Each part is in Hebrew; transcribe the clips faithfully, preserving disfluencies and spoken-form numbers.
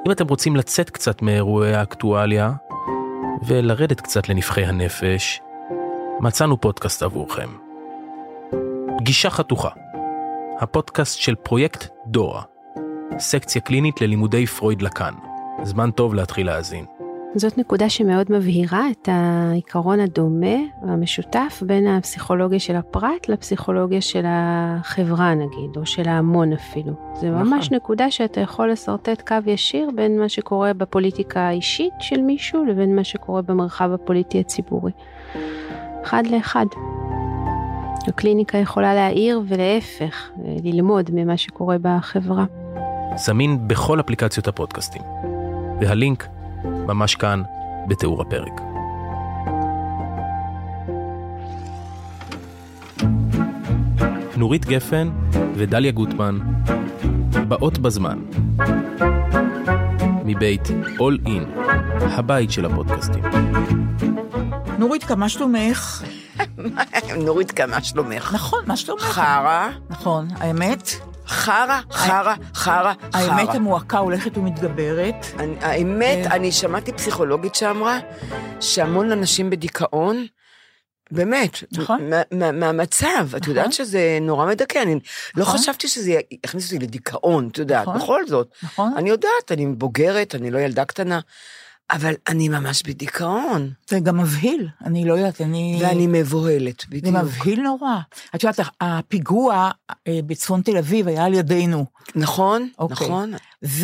אם אתם רוצים לצאת קצת מאירועי האקטואליה, ולרדת קצת לנבחי הנפש, מצאנו פודקאסט עבורכם. פגישה חתוכה, הפודקאסט של פרויקט דורה, סקציה קלינית ללימודי פרויד לקאן. זמן טוב להתחיל להאזין. זאת נקודה שמאוד מבהירה את העיקרון הדומה והמשותף בין הפסיכולוגיה של הפרט לפסיכולוגיה של החברה נגיד, או של ההמון אפילו. זה ממש נכון. נקודה שאתה יכול לסרטט קו ישיר בין מה שקורה בפוליטיקה האישית של מישהו לבין מה שקורה במרחב הפוליטי הציבורי. אחד לאחד. הקליניקה יכולה להעיר ולהפך, ללמוד ממה שקורה בחברה. זמין בכל אפליקציות הפודקאסטים. והלינק ממש כאן בתיאור הפרק. נורית גפן ודליה גוטמן באות בזמן. מבית All In, הבית של הפודקאסטים. נורית, כמה שלומך? נורית, כמה שלומך? נכון, מה שלומך? חרה. נכון, האמת? חרה, חרה, חרה, חרה. האמת המועקה הולכת ומתגברת. האמת, אני שמעתי פסיכולוגית שאמרה שהמון אנשים בדיכאון, באמת, מהמצב, את יודעת שזה נורא מדכא, אני לא חשבתי שזה יכניס אותי לדיכאון, את יודעת, בכל זאת. אני יודעת, אני בוגרת, אני לא ילדה קטנה, אבל אני ממש בדיכאון. זה גם מבהיל, אני לא יודעת, אני... ואני מבוהלת, בדיוק. זה מבהיל נורא. את יודעת, הפיגוע בצפון תל אביב היה על ידינו. נכון, נכון.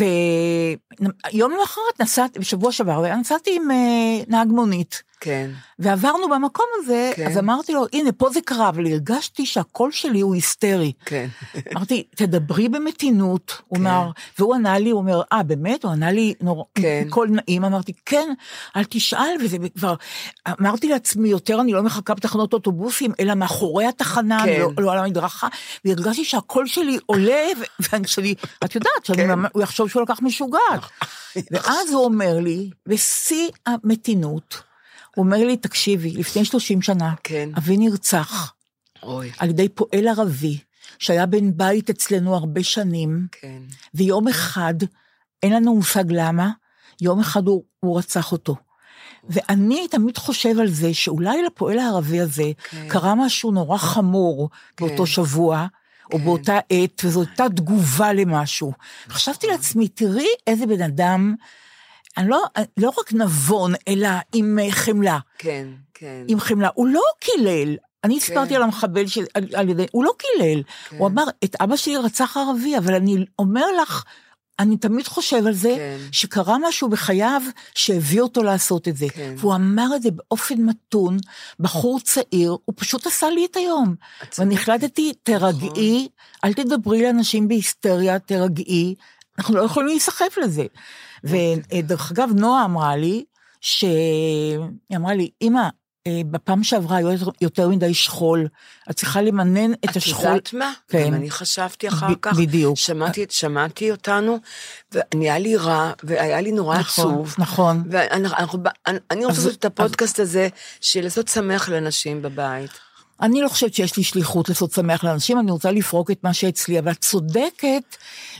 ויום למחרת נסעתי, בשבוע שעבר, נסעתי עם נהג מונית. כן. ועברנו במקום הזה, כן. אז אמרתי לו, הנה, פה זה קרה, אבל הרגשתי שהקול שלי הוא היסטרי. כן. אמרתי, תדברי במתינות, כן. הוא אומר, והוא ענה לי, הוא אומר, אה, באמת? הוא ענה לי, נור... כן. קול נעים, אמרתי, כן, אל תשאל, וזה כבר, אמרתי לעצמי, יותר אני לא מחכה בתחנות אוטובוסים, אלא מאחורי התחנה, כן. אני לא, לא על המדרכה, והרגשתי שהקול שלי עולה, ואני שלי, את יודעת, שאני, כן. הוא יחשוב שהוא לקח משוגעת. ואז הוא אומר לי, בשיא המתינות, הוא אומר לי, תקשיבי, לפני שלושים שנה, כן. אבי נרצח, אוי. על ידי פועל ערבי, שהיה בן בית אצלנו הרבה שנים, כן. ויום אחד, אין לנו מושג למה, יום אחד הוא, הוא רצח אותו. ואני תמיד חושב על זה, שאולי לפועל הערבי הזה, כן. קרה משהו נורא חמור, כן. באותו שבוע, או כן. באותה עת, וזו הייתה תגובה למשהו. חשבתי לעצמי, תראי איזה בן אדם, אני לא, לא רק נבון, אלא עם חמלה. כן, כן. עם חמלה. הוא לא קילל. אני הספרתי כן. על המחבל של, על, על ידי, הוא לא קילל. כן. הוא אמר, את אבא שלי רצח ערבי, אבל אני אומר לך, אני תמיד חושב על זה, כן. שקרה משהו בחייו, שהביא אותו לעשות את זה. כן. והוא אמר את זה באופן מתון, בחור צעיר, הוא פשוט עשה לי את היום. ואני החלטתי, תרגעי, אל תדברי לאנשים בהיסטריה, תרגעי, אנחנו לא יכולים להיסחף לזה. ודרך אגב, נועה אמרה לי, שהיא אמרה לי, אמא, בפעם שעברה היו יותר מדי שכול, את צריכה למנן את השכול. את יודעת מה? כן. גם אני חשבתי אחר כך, בדיוק. שמעתי, שמעתי אותנו, ונהיה לי רע, והיה לי נורא נכון, עצוב. נכון. ואני רוצה לעשות את הפודקאסט הזה, של לעשות שמח לאנשים בבית. אני לא חושבת שיש לי שליחות לעשות שמח לאנשים, אני רוצה לפרוק את מה שאצלי, אבל את צודקת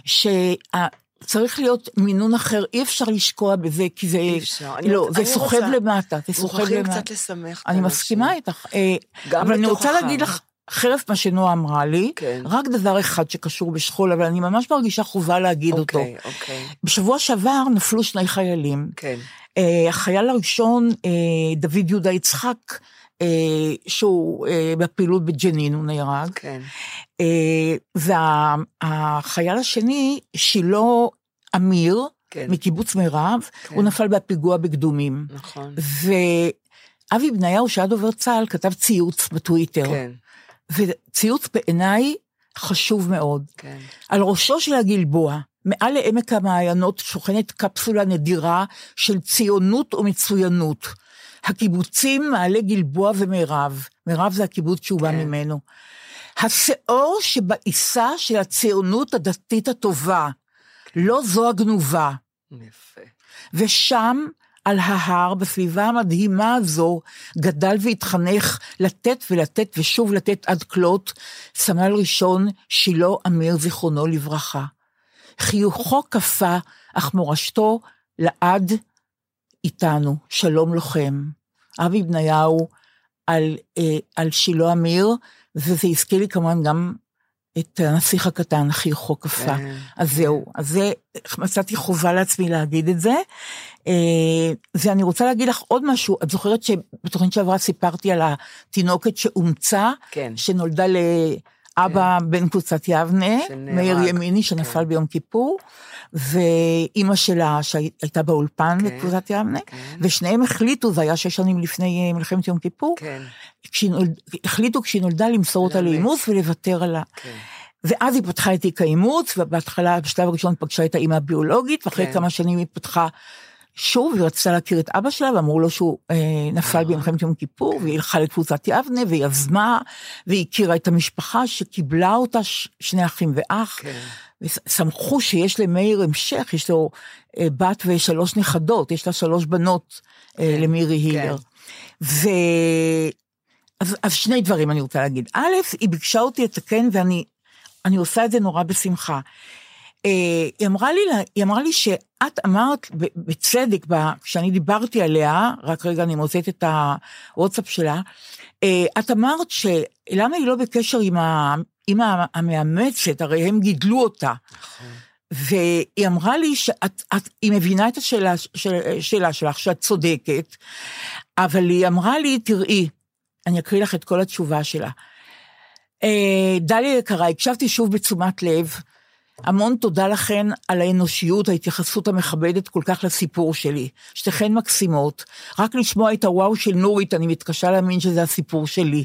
שצריך להיות מינון אחר, אי אפשר לשקוע בזה, כי זה, לא, זה סוחב למטה, זה סוחב למטה. קצת לשמח. אני מסכימה איתך, אבל אני רוצה להגיד לך, חרף מה שנועה אמרה לי, רק דבר אחד שקשור בשכול, אבל אני ממש מרגישה חובה להגיד אותו. בשבוע שעבר נפלו שני חיילים, החייל הראשון, דוד יהודה יצחק, שהוא בפעילות בג'נין, הוא נהרג. כן. והחייל השני, שילה אמיר, מקיבוץ מירב, הוא נפל בפיגוע בקדומים. נכון. ואבי בניהו, שהיה דובר צה"ל, כתב ציוץ בטוויטר. כן. וציוץ בעיניי חשוב מאוד. כן. על ראשו של הגלבוע, מעל לעמק המעיינות, שוכנת קפסולה נדירה של ציונות ומצוינות. הקיבוצים מעלה גלבוע ומירב, מירב זה הקיבוץ שהוא בא ממנו, השאור שבעיסה של הציונות הדתית הטובה, לא זו הגנובה. יפה. ושם על ההר, בסביבה המדהימה הזו, גדל והתחנך לתת ולתת ושוב לתת עד כלות, סמל ראשון שילה אמיר זיכרונו לברכה. חיוכו קפה, אך מורשתו לעד איתנו, שלום לוחם. אבי בניהו על, אה, על שילה אמיר, וזה הזכיר לי כמובן גם את הנסיך הקטן, חיוכו קפה. אז זהו, אז זה, מצאתי חובה לעצמי להגיד את זה, ואני רוצה להגיד לך עוד משהו, את זוכרת שבתוכנית שעברה סיפרתי על התינוקת שאומצה, שנולדה לאבא בן קבוצת יבנה, מאיר ימיני, שנפל ביום כיפור, ואימא שלה שהייתה באולפן בקבוצת יבנה, ושניהם החליטו, זה היה שש שנים לפני מלחמת יום כיפור, החליטו כשהיא נולדה למסור אותה לאימוץ ולוותר עליה. ואז היא פתחה את תיק האימוץ, ובהתחלה, בשלב הראשון פגשה את האמא הביולוגית, ואחרי כמה שנים היא פתחה שוב, והיא רצתה להכיר את אבא שלה, ואמרו לו שהוא אה, נפל במלחמת יום כיפור, והיא הלכה לקבוצת יבנה, והיא יזמה, והיא הכירה את המשפחה, שקיבלה אותה ש, שני אחים ואח, ושמחו שיש למאיר המשך, יש לו אה, בת ושלוש נכדות, יש לה שלוש בנות אה, למירי הילר. ו... אז, אז שני דברים אני רוצה להגיד. א', היא ביקשה אותי לתקן, ואני אני עושה את זה נורא בשמחה. היא אמרה לי, היא אמרה לי שאת אמרת בצדק, כשאני דיברתי עליה, רק רגע אני מוצאת את הוואטסאפ שלה, את אמרת שלמה היא לא בקשר עם, ה, עם המאמצת, הרי הם גידלו אותה. והיא אמרה לי שאת, את, היא מבינה את השאלה, השאלה שלך, שאת צודקת, אבל היא אמרה לי, תראי, אני אקריא לך את כל התשובה שלה. דליה יקרה, הקשבתי שוב בתשומת לב, המון תודה לכן על האנושיות, ההתייחסות המכבדת כל כך לסיפור שלי. שתיכן מקסימות, רק לשמוע את הוואו של נורית, אני מתקשה להאמין שזה הסיפור שלי,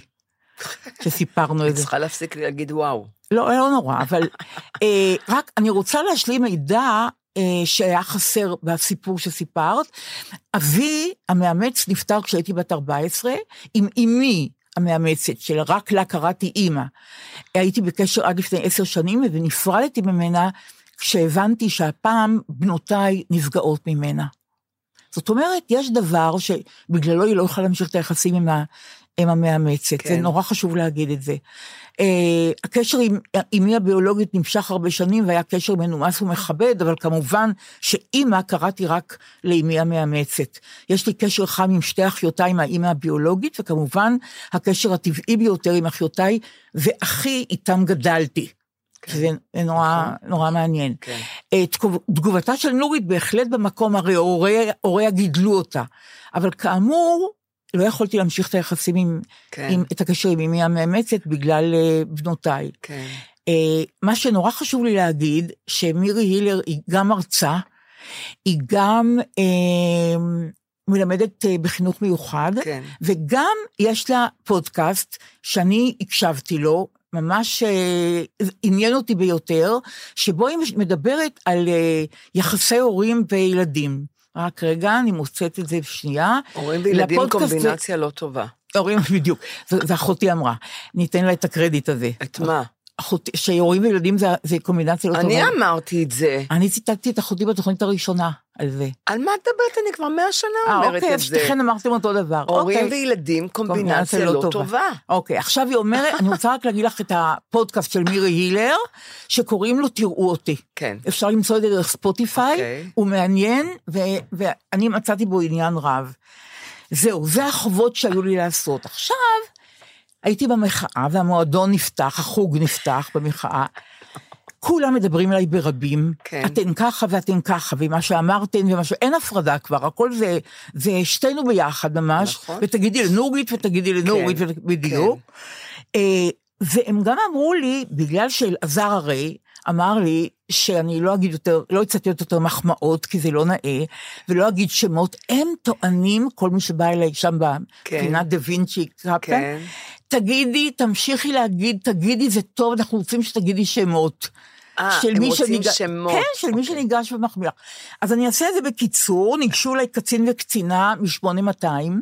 שסיפרנו את זה. צריכה להפסיק להגיד וואו. לא, לא נורא, אבל אה, רק אני רוצה להשלים מידע, שהיה חסר בסיפור שסיפרת. אבי המאמץ נפטר כשהייתי בת ארבע עשרה, עם אמי המאמצת שלה, רק לה קראתי אמא. הייתי בקשר עד לפני עשר שנים, ונפרדתי ממנה כשהבנתי שהפעם בנותיי נפגעות ממנה. זאת אומרת, יש דבר שבגללו היא לא יכולה להמשיך את היחסים עם ה... עם המאמצת, כן. זה נורא חשוב להגיד את זה. Uh, הקשר עם אמי הביולוגית נמשך הרבה שנים, והיה קשר מנומס ומכבד, אבל כמובן שאמא קראתי רק לאמי המאמצת. יש לי קשר חם עם שתי אחיותיי מהאמא הביולוגית, וכמובן הקשר הטבעי ביותר עם אחיותיי, ואחי איתם גדלתי. כן. זה נורא, נכון. נורא מעניין. כן. Uh, תגובתה של נורית בהחלט במקום, הרי הוריה גידלו אותה, אבל כאמור, לא יכולתי להמשיך את היחסים עם, כן. עם, את הקשר עם אמי המאמצת, בגלל uh, בנותיי. כן. Uh, מה שנורא חשוב לי להגיד, שמירי הילר היא גם מרצה, היא גם uh, מלמדת uh, בחינוך מיוחד, כן. וגם יש לה פודקאסט, שאני הקשבתי לו, ממש uh, עניין אותי ביותר, שבו היא מדברת על uh, יחסי הורים וילדים. רק רגע, אני מוצאת את זה בשנייה. הורים וילדים קומבינציה לא טובה. הורים, בדיוק, זה אחותי אמרה. ניתן לה את הקרדיט הזה. את מה? שהורים וילדים זה קומבינציה לא טובה. אני אמרתי את זה. אני ציטטתי את אחותי בתוכנית הראשונה על זה. על מה את מדברת? אני כבר מאה שנה אומרת את זה. אוקיי, שתכן אמרתם אותו דבר. הורים וילדים קומבינציה לא טובה. אוקיי, עכשיו היא אומרת, אני רוצה רק להגיד לך את הפודקאסט של מירי הילר, שקוראים לו תראו אותי. כן. אפשר למצוא את זה דרך ספוטיפיי, הוא מעניין, ואני מצאתי בו עניין רב. זהו, זה החובות שהיו לי לעשות. עכשיו, הייתי במחאה, והמועדון נפתח, החוג נפתח במחאה, כולם מדברים עליי ברבים, כן. אתן ככה ואתן ככה, ומה שאמרתן ומה ש... אין הפרדה כבר, הכל זה, זה שתינו ביחד ממש, נכון. ותגידי לנורית ותגידי לנורית, כן. בדיוק. כן. והם גם אמרו לי, בגלל שאלעזר הרי, אמר לי שאני לא אגיד יותר, לא יצאתי יותר מחמאות, כי זה לא נאה, ולא אגיד שמות, הם טוענים, כל מי שבא אליי שם בפינת דה וינצ'י קפלן, תגידי, תמשיכי להגיד, תגידי, זה טוב, אנחנו רוצים שתגידי שמות. אה, הם רוצים שמות. כן, של מי שניגש ומחמיא. אז אני אעשה את זה בקיצור, ניגשו אליי קצין וקצינה מ-שמונה מאתיים,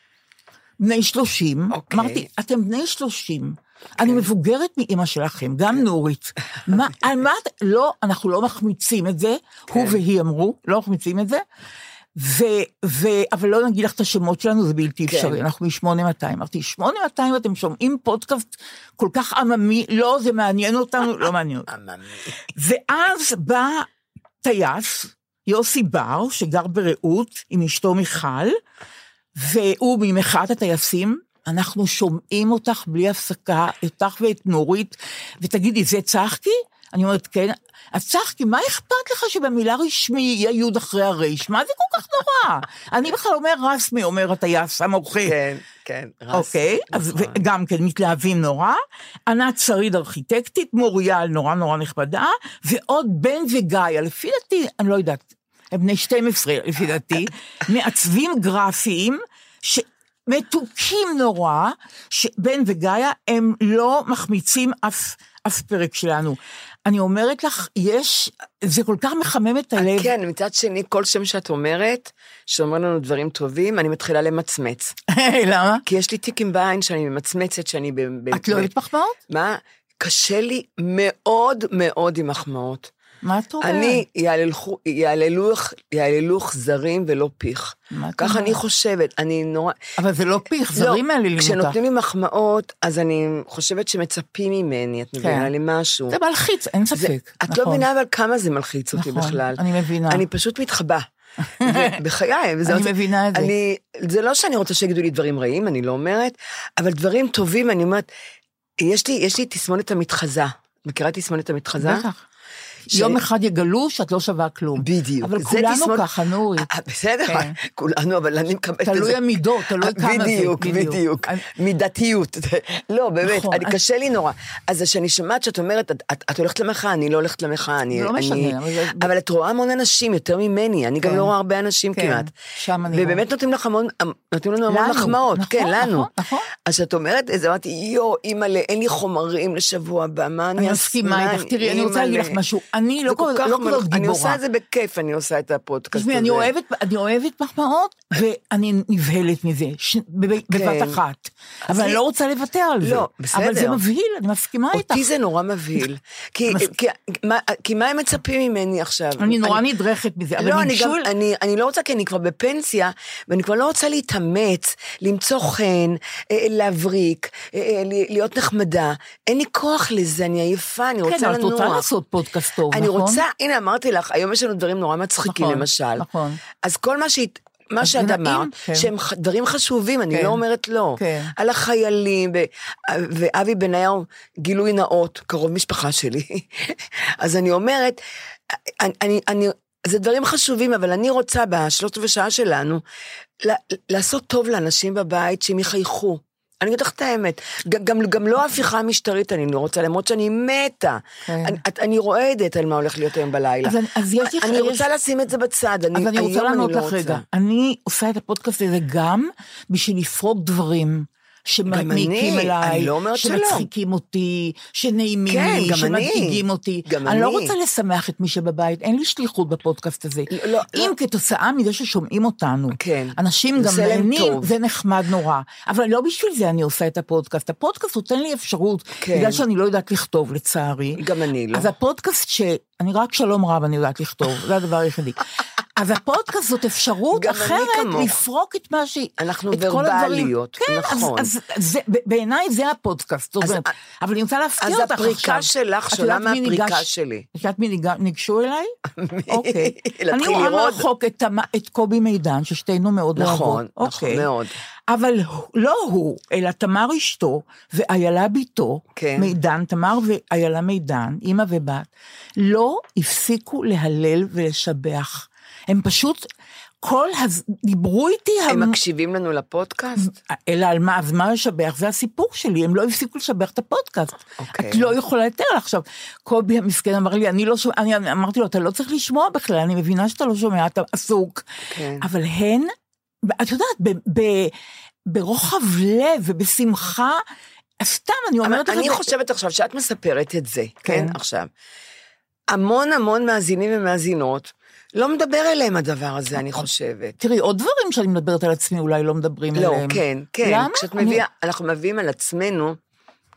בני שלושים, אמרתי, אתם בני שלושים, אני מבוגרת מאמא שלכם, גם נורית. על מה, לא, אנחנו לא מחמיצים את זה, הוא והיא אמרו, לא מחמיצים את זה, ו, ו, אבל לא נגיד לך את השמות שלנו, זה בלתי כן. אפשרי, אנחנו מ-שמונה מאתיים, אמרתי, שמונה מאתיים אתם שומעים פודקאסט כל כך עממי, לא, זה מעניין אותנו, לא מעניין אותנו. ואז בא טייס, יוסי בר, שגר ברעות, עם אשתו מיכל, והוא ממחאת הטייסים, אנחנו שומעים אותך בלי הפסקה, אותך ואת נורית, ותגידי, זה צחקי? אני אומרת, כן, אז צחקי, מה אכפת לך שבמילה רשמי יהיה יוד אחרי הרש? מה זה כל כך נורא? אני בכלל אומר רסמי, אומר הטייס המורחה. כן, כן, רסמי. אוקיי, אז גם כן מתלהבים נורא, ענת שריד ארכיטקטית, מוריאל נורא נורא נכבדה, ועוד בן וגיא, לפי דעתי, אני לא יודעת, הם בני שתים עשרה לפי דעתי, מעצבים גרפיים, שמתוקים נורא, שבן וגיא הם לא מחמיצים אף, אף פרק שלנו. אני אומרת לך, יש, זה כל כך מחמם את הלב. כן, מצד שני, כל שם שאת אומרת, שאומר לנו דברים טובים, אני מתחילה למצמץ. למה? כי יש לי תיקים בעין שאני ממצמצת, שאני... את לא אוהבת מחמאות? מה? קשה לי מאוד מאוד עם מחמאות. מה את אומרת? אני יעללוך זרים ולא פיך. ככה אני חושבת, אני נורא... אבל זה לא פיך, זרים מעלילים אותך. כשנותנים לי מחמאות, אז אני חושבת שמצפים ממני, את מבינה לי משהו. זה מלחיץ, אין ספק. את לא מבינה אבל כמה זה מלחיץ אותי בכלל. אני מבינה. אני פשוט מתחבא. בחיי. אני מבינה את זה. זה לא שאני רוצה שיגידו לי דברים רעים, אני לא אומרת, אבל דברים טובים, אני אומרת, יש לי תסמונת המתחזה. מכירה תסמונת המתחזה? בטח. יום אחד יגלו שאת לא שווה כלום. בדיוק. אבל כולנו ככה, נורית. בסדר, כולנו, אבל אני מקבלת את זה. תלוי המידות, תלוי כמה זה. בדיוק, בדיוק. מידתיות. לא, באמת, קשה לי נורא. אז כשאני שומעת שאת אומרת, את הולכת למחאה, אני לא הולכת למחאה. לא משנה. אבל את רואה המון אנשים, יותר ממני, אני גם לא רואה הרבה אנשים כמעט. שם אני רואה. ובאמת נותנים לך המון, נותנים לנו המון מחמאות. כן, לנו. אז שאת אומרת, אז אמרתי, יו, אימא, אין לי חומרים לשבוע הבא, מה אני מסכימה איתך, תראי, אני רוצה להגיד לך משהו, אני לא כזאת גיבורה. אני עושה את זה בכיף, אני עושה את הפודקאסט הזה. אני אוהבת מחמאות, ואני נבהלת מזה, בבת אחת. אבל אני לא רוצה לוותר על זה. לא, בסדר. אבל זה מבהיל, אני מסכימה איתך. אותי זה נורא מבהיל. כי מה הם מצפים ממני עכשיו? אני נורא נדרכת בזה. לא, אני לא רוצה, כי אני כבר בפנסיה, ואני כבר לא רוצה להתאמץ, למצוא חן, להבריק, להיות נחמדה. אין לי כוח לזה, אני עייפה, אני רוצה לנוח. כן, את רוצה לעשות פודקאסט טוב, נכון? אני רוצה, הנה אמרתי לך, היום יש לנו דברים נורא מצחיקים למשל. נכון. אז כל מה שהיא... מה שאת אמרת, שהם דברים חשובים, אני לא אומרת לא. על החיילים, ואבי בניהו, גילוי נאות, קרוב משפחה שלי. אז אני אומרת, זה דברים חשובים, אבל אני רוצה בשלושת ושעה שלנו, לעשות טוב לאנשים בבית, שהם יחייכו. אני אגיד לך את האמת, גם, גם לא הפיכה משטרית אני לא רוצה, למרות שאני מתה, כן. אני, אני רועדת על מה הולך להיות היום בלילה, אז, אז יש, אני יש... רוצה לשים את זה בצד, אני, אז אני רוצה לענות לך רגע, רוצה. אני עושה את הפודקאסט הזה גם בשביל לפרוק דברים, שמעמיקים אליי, לא שמצחיקים אותי, שנעימים כן, לי, שמדאיגים אותי. אני אני לא רוצה לשמח את מי שבבית, אין לי שליחות בפודקאסט הזה. לא, אם לא. כתוצאה מזה ששומעים אותנו, כן. אנשים גם נהנים, זה נחמד נורא. אבל לא בשביל זה אני עושה את הפודקאסט. הפודקאסט נותן לי אפשרות, כן. בגלל שאני לא יודעת לכתוב, לצערי. גם אני לא. אז הפודקאסט שאני רק שלום רב אני יודעת לכתוב, זה הדבר היחידי. אז הפודקאסט זאת אפשרות אחרת לפרוק את מה שהיא... אנחנו ורבליות, נכון. אז בעיניי זה הפודקאסט, אבל אני רוצה להפתיע אותך עכשיו. אז הפריקה שלך שונה מהפריקה שלי. את יודעת מי ניגשו אליי? אוקיי. אני רואה מרחוק את קובי מידן, ששתינו מאוד אוהבות. נכון, נכון מאוד. אבל לא הוא, אלא תמר אשתו ואיילה ביתו, מידן, תמר ואיילה מידן, אמא ובת, לא הפסיקו להלל ולשבח. הם פשוט, כל הז... דיברו איתי... הם המ... מקשיבים לנו לפודקאסט? אלא על מה, אז מה לשבח? זה הסיפור שלי, הם לא הפסיקו לשבח את הפודקאסט. אוקיי. את לא יכולה יותר עכשיו. קובי המסכן אמר לי, אני לא שומע, אני אמרתי לו, אתה לא צריך לשמוע בכלל, אני מבינה שאתה לא שומע, אתה עסוק. כן. אבל הן, את יודעת, ב, ב, ברוחב לב ובשמחה, סתם, אני אומרת... אני זה... חושבת עכשיו שאת מספרת את זה, כן, כן עכשיו. המון המון מאזינים ומאזינות, לא מדבר אליהם הדבר הזה, אני חושבת. תראי, עוד דברים שאני מדברת על עצמי, אולי לא מדברים לא, אליהם. כן, כן. למה? כשאת מביאה, אנחנו מביאים על עצמנו,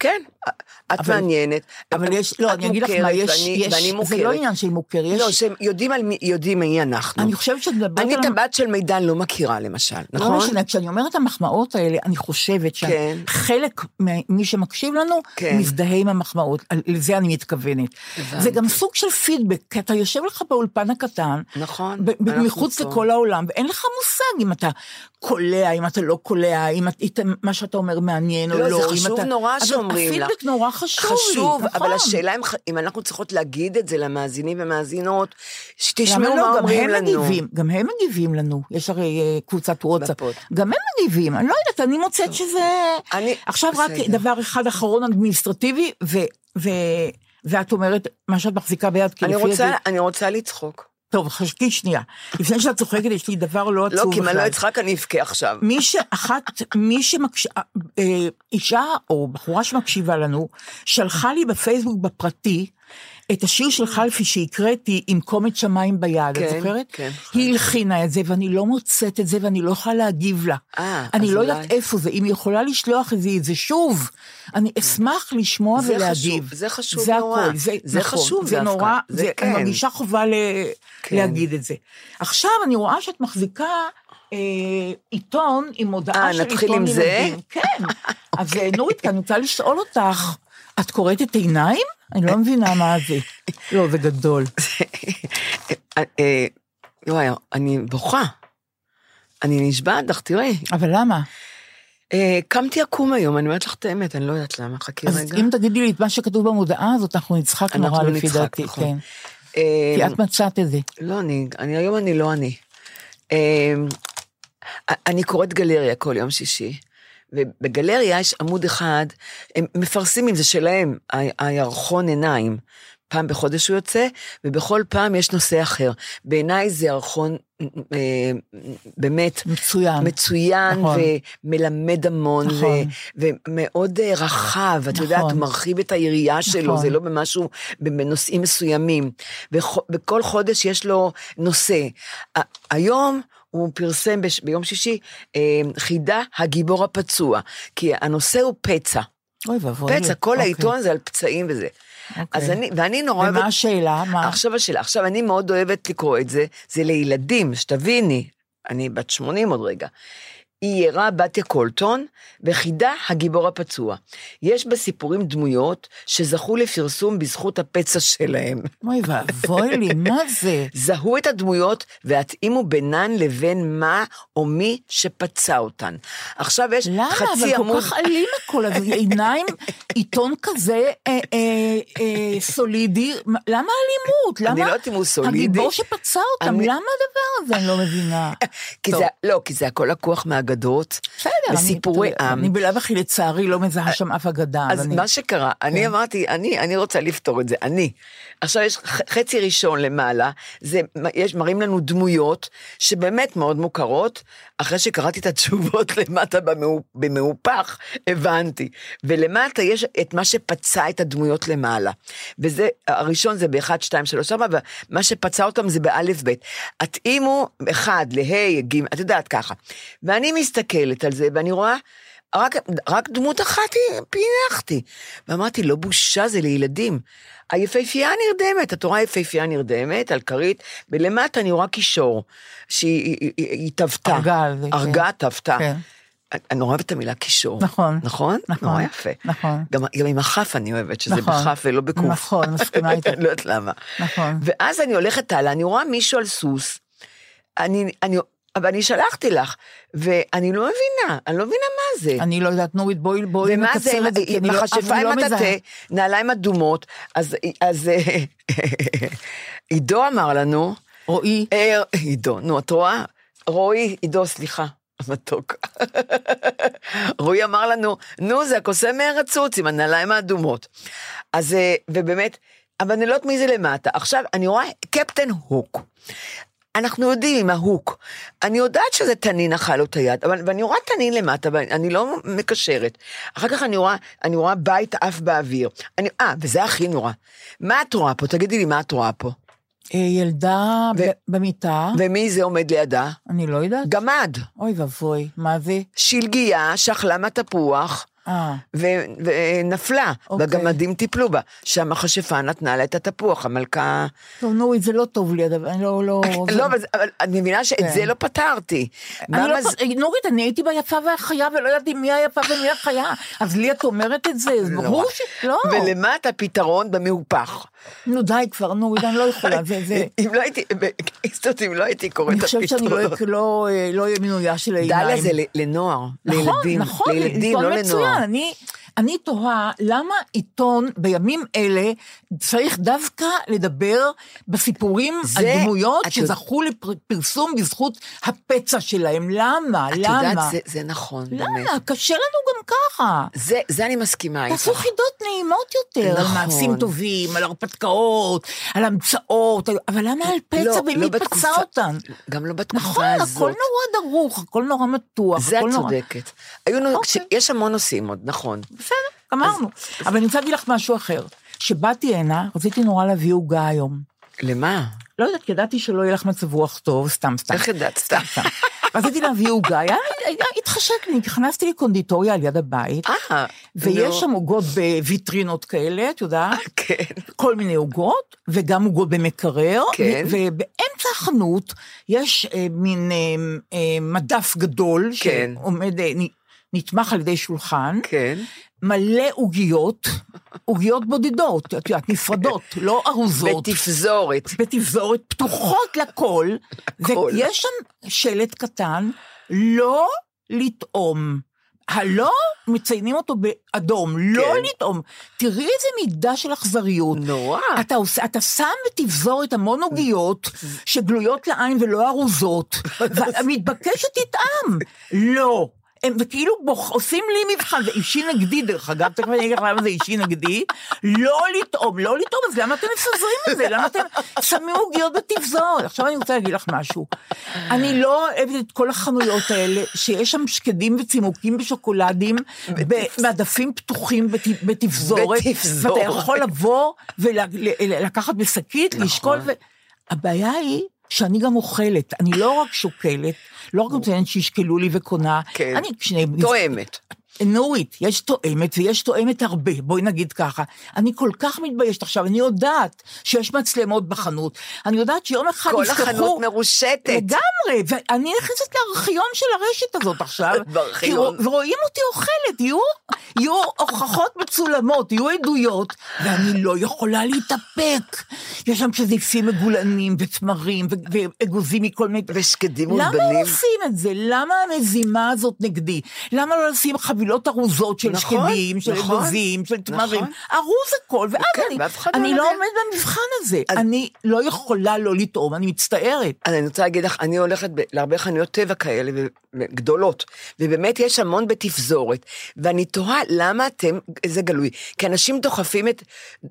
כן, את אבל, מעניינת. אבל יש, לא, אני אגיד לך מה, יש, ואני, יש ואני מוכרת. זה לא עניין שהיא מוכרת. יש... לא, שהם יודעים, על מי, יודעים מי אנחנו. אני חושבת שאת מדברת אני על... את הבת של מידן לא מכירה, למשל, נכון? לא משנה, כשאני אומרת המחמאות האלה, אני חושבת כן. שחלק ממי שמקשיב לנו, כן. מזדהה עם המחמאות, לזה אני מתכוונת. הבנתי. זה גם סוג של פידבק, כי אתה יושב לך באולפן הקטן, נכון. מחוץ לכל העולם, ואין לך מושג אם אתה קולע, אם אתה לא קולע, אם מה שאתה אומר מעניין או לא. לא, זה חשוב נורא שאומרים לך. הפידבק נורא חשוב. חשוב, אבל השאלה אם אנחנו צריכות להגיד את זה למאזינים ומאזינות, שתשמעו מה אומרים לנו. גם הם מגיבים לנו, יש הרי קבוצת וואטסאפ. גם הם מגיבים, אני לא יודעת, אני מוצאת שזה... עכשיו רק דבר אחד אחרון אדמיניסטרטיבי, ואת אומרת, מה שאת מחזיקה ביד, אני רוצה לצחוק. טוב, חשקי שנייה. לפני שאת צוחקת, יש לי דבר לא עצוב. לא, כי אם אני לא אצחק, אני אבכה עכשיו. מי שאחת, מי שמקש... אישה או בחורה שמקשיבה לנו, שלחה לי בפייסבוק בפרטי, את השיר של חלפי שהקראתי עם קומץ שמיים ביד, את זוכרת? כן. היא הלחינה את זה, ואני לא מוצאת את זה, ואני לא יכולה להגיב לה. אני לא יודעת איפה זה, אם היא יכולה לשלוח את זה שוב, אני אשמח לשמוע ולהגיב. זה חשוב נורא. זה חשוב, זה נורא, אני מרגישה חובה להגיד את זה. עכשיו אני רואה שאת מחזיקה עיתון עם הודעה של עיתון ילדים. כן, אז נורית, אני רוצה לשאול אותך, את קוראת את עיניים? אני לא מבינה מה זה. לא, זה גדול. יואי, אני בוכה. אני נשבעת לך, תראי. אבל למה? קמתי עקום היום, אני אומרת לך את האמת, אני לא יודעת למה, חכי רגע. אז אם תגידי לי את מה שכתוב במודעה הזאת, אנחנו נצחק נורא לפי דעתי. כן. כי את מצאת את זה. לא, אני, היום אני לא אני. אני קוראת גלריה כל יום שישי. ובגלריה יש עמוד אחד, הם מפרסמים, זה שלהם, הירחון עיניים, פעם בחודש הוא יוצא, ובכל פעם יש נושא אחר. בעיניי זה ירחון אה, באמת מצוין, מצוין נכון. ומלמד המון, נכון. ו, ומאוד רחב, נכון. את יודעת, הוא מרחיב את היריעה נכון. שלו, זה לא במשהו, בנושאים מסוימים, וכל חודש יש לו נושא. היום, הוא פרסם ב- ביום שישי, אה, חידה הגיבור הפצוע, כי הנושא הוא פצע. אוי ובוי. פצע, כל אוקיי. העיתון זה על פצעים וזה. אוקיי. אז אני, ואני נורא ומה אוהבת... ומה השאלה? מה? עכשיו השאלה, עכשיו אני מאוד אוהבת לקרוא את זה, זה לילדים, שתביני, אני בת שמונים עוד רגע, היא ירה בתיה קולטון, וחידה הגיבור הפצוע. יש בסיפורים דמויות שזכו לפרסום בזכות הפצע שלהם. אוי ואבוי לי, מה זה? זהו את הדמויות והתאימו בינן לבין מה או מי שפצע אותן. עכשיו יש למה? חצי עמוד... למה? אבל כל כך אלים הכל, אז עיניים, עיתון כזה אה, אה, אה, סולידי, למה אלימות? למה? אני לא יודעת אם הוא סולידי. הגיבור שפצע אותם, אני... למה הדבר הזה? אני לא מבינה. כי זה, לא, כי זה הכל לקוח מהגדול. בסיפורי עם. אני בלב הכי לצערי לא מזהה שם אף אגדה. אז מה שקרה, אני אמרתי, אני רוצה לפתור את זה, אני. עכשיו יש חצי ראשון למעלה, יש מראים לנו דמויות שבאמת מאוד מוכרות, אחרי שקראתי את התשובות למטה במהופך, הבנתי. ולמטה יש את מה שפצע את הדמויות למעלה. וזה, הראשון זה באחד, שתיים, שלוש, ארבע, ומה שפצע אותם זה באלף בית. התאימו אחד, להי, גימל, את יודעת ככה. ואני מסתכלת על זה, ואני רואה, רק, רק דמות אחת פינחתי. ואמרתי, לא בושה, זה לילדים. היפהפייה נרדמת, את רואה היפהפייה נרדמת, על כרית, ולמטה אני רואה קישור, שהיא טבתה. ארגה. ארגה, טבתה. כן. אני נורא אוהבת את המילה קישור. נכון. נכון? נכון. נורא יפה. נכון. גם, גם עם החף אני אוהבת, שזה נכון. בחף ולא בקוף. נכון, מסכימה איתה. לא יודעת למה. נכון. ואז אני הולכת הלאה, אני רואה מישהו על סוס, אני, אני, אבל אני שלחתי לך, ואני לא מבינה, אני לא מבינה מה זה. אני לא יודעת, נורית, בואי, בואי ומה זה, עם החשפה עם הטטה, נעליים אדומות, אז, אז עידו אמר לנו, רועי, עידו, נו, את רואה? רועי, עידו, סליחה, מתוק. רועי אמר לנו, נו, זה הקוסם מהרצוץ, עם הנעליים האדומות. אז, ובאמת, אבל אני לא יודעת מי זה למטה. עכשיו, אני רואה קפטן הוק. אנחנו יודעים עם ההוק, אני יודעת שזה תנין אכל לו את היד, אבל, ואני רואה תנין למטה, ואני לא מקשרת. אחר כך אני רואה, אני רואה בית אף באוויר. אני, אה, וזה הכי נורא. מה את רואה פה? תגידי לי, מה את רואה פה? ילדה ו... במיטה. ומי זה עומד לידה? אני לא יודעת. גמד. אוי ובוי, מה זה? שלגיה, שחלה מהתפוח, ונפלה, והגמדים טיפלו בה, שהמכשפה נתנה לה את התפוח, המלכה... טוב, נורית, זה לא טוב לי, אני לא... לא, אבל אני מבינה שאת זה לא פתרתי. נורית, אני הייתי ביפה והחיה, ולא ידעתי מי היפה ומי החיה, אז לי את אומרת את זה, זה ברור שלא. ולמה את הפתרון במהופך? נו די כבר, נורית, אני לא יכולה, זה... אם לא הייתי, אם לא הייתי קוראת את הפתרונות. אני חושבת שאני לא אהיה מינויה של העיניים. דליה זה לנוער, לילדים, לילדים, לא לנוער. אני תוהה למה עיתון בימים אלה צריך דווקא לדבר בסיפורים על דמויות שזכו לפרסום בזכות הפצע שלהם. למה? את למה? יודעת, זה, זה נכון. למה? באמת. קשה לנו גם ככה. זה, זה אני מסכימה איתך. תעשו חידות נעימות יותר, נכון. על מעשים טובים, על הרפתקאות, על המצאות, אבל למה על פצע לא, ומי לא פצע בתקופה, אותן? גם לא בתקופה נכון, הזאת. הכל נורא דרוך, הכל נורא מתוח. זה את נורא... צודקת. היו, אוקיי. יש המון נושאים עוד, נכון. בסדר, אמרנו. אז... אבל אני רוצה להגיד לך משהו אחר. שבאתי הנה, רציתי נורא להביא עוגה היום. למה? לא יודעת, ידעתי שלא יהיה לך מצב רוח טוב, סתם, סתם. איך ידעת? סתם. רציתי להביא עוגה, התחשק לי, נכנסתי לקונדיטוריה על יד הבית, ויש שם עוגות בוויטרינות כאלה, את יודעת? כן. כל מיני עוגות, וגם עוגות במקרר, ובאמצע החנות יש מין מדף גדול, שעומד, נתמך על ידי שולחן, כן. מלא עוגיות, עוגיות בודדות, את יודעת, נפרדות, לא ארוזות. בתפזורת. בתפזורת, פתוחות לכל, ויש שם שלט קטן, לא לטעום. הלא מציינים אותו באדום, לא לטעום. תראי איזה מידה של אכזריות. נורא. אתה, אתה שם בתפזורת המון עוגיות, שגלויות לעין ולא ארוזות, והמתבקש שתטעם. לא. הם וכאילו בוח, עושים לי מבחן, זה אישי נגדי דרך אגב, תכף אני אגיד לך למה זה אישי נגדי, לא לטעום, לא לטעום, אז למה אתם מפזרים את זה? למה אתם שמים עוגיות בתפזורת? עכשיו אני רוצה להגיד לך משהו, אני לא אוהבת את כל החנויות האלה, שיש שם שקדים וצימוקים בשוקולדים, במדפים פתוחים בתפזורת, ואתה יכול לבוא ולקחת בשקית, לשקול, הבעיה היא, שאני גם אוכלת, אני לא רק שוקלת, לא רק נותנת שישקלו לי וקונה, כן. אני שני... תואמת. נורית, יש תואמת, ויש תואמת הרבה, בואי נגיד ככה, אני כל כך מתביישת עכשיו, אני יודעת שיש מצלמות בחנות, אני יודעת שיום אחד כל יפתחו... כל החנות מרושתת. לגמרי, ואני נכנסת לארכיון של הרשת הזאת עכשיו, בארכיון. ורואים אותי אוכלת, יהיו, יהיו הוכחות מצולמות, יהיו עדויות, ואני לא יכולה להתאפק, יש שם שזיפים מגולנים, וצמרים, ואגוזים מכל מיני... ושקדים מולבנים. למה עושים את זה? למה המזימה הזאת נגדי? למה לא לשים חבילות ארוזות של נכון, שקדים, של נכון, אגוזים, של תמרים, נכון. ארוז הכל, ואז כן, אני, אני לא עומד במבחן הזה, אז... אני לא יכולה לא לטעום, אני מצטערת. אני רוצה להגיד לך, אני הולכת ב- להרבה חנויות טבע כאלה, גדולות, ובאמת יש המון בתפזורת, ואני תוהה למה אתם, זה גלוי, כי אנשים דוחפים את...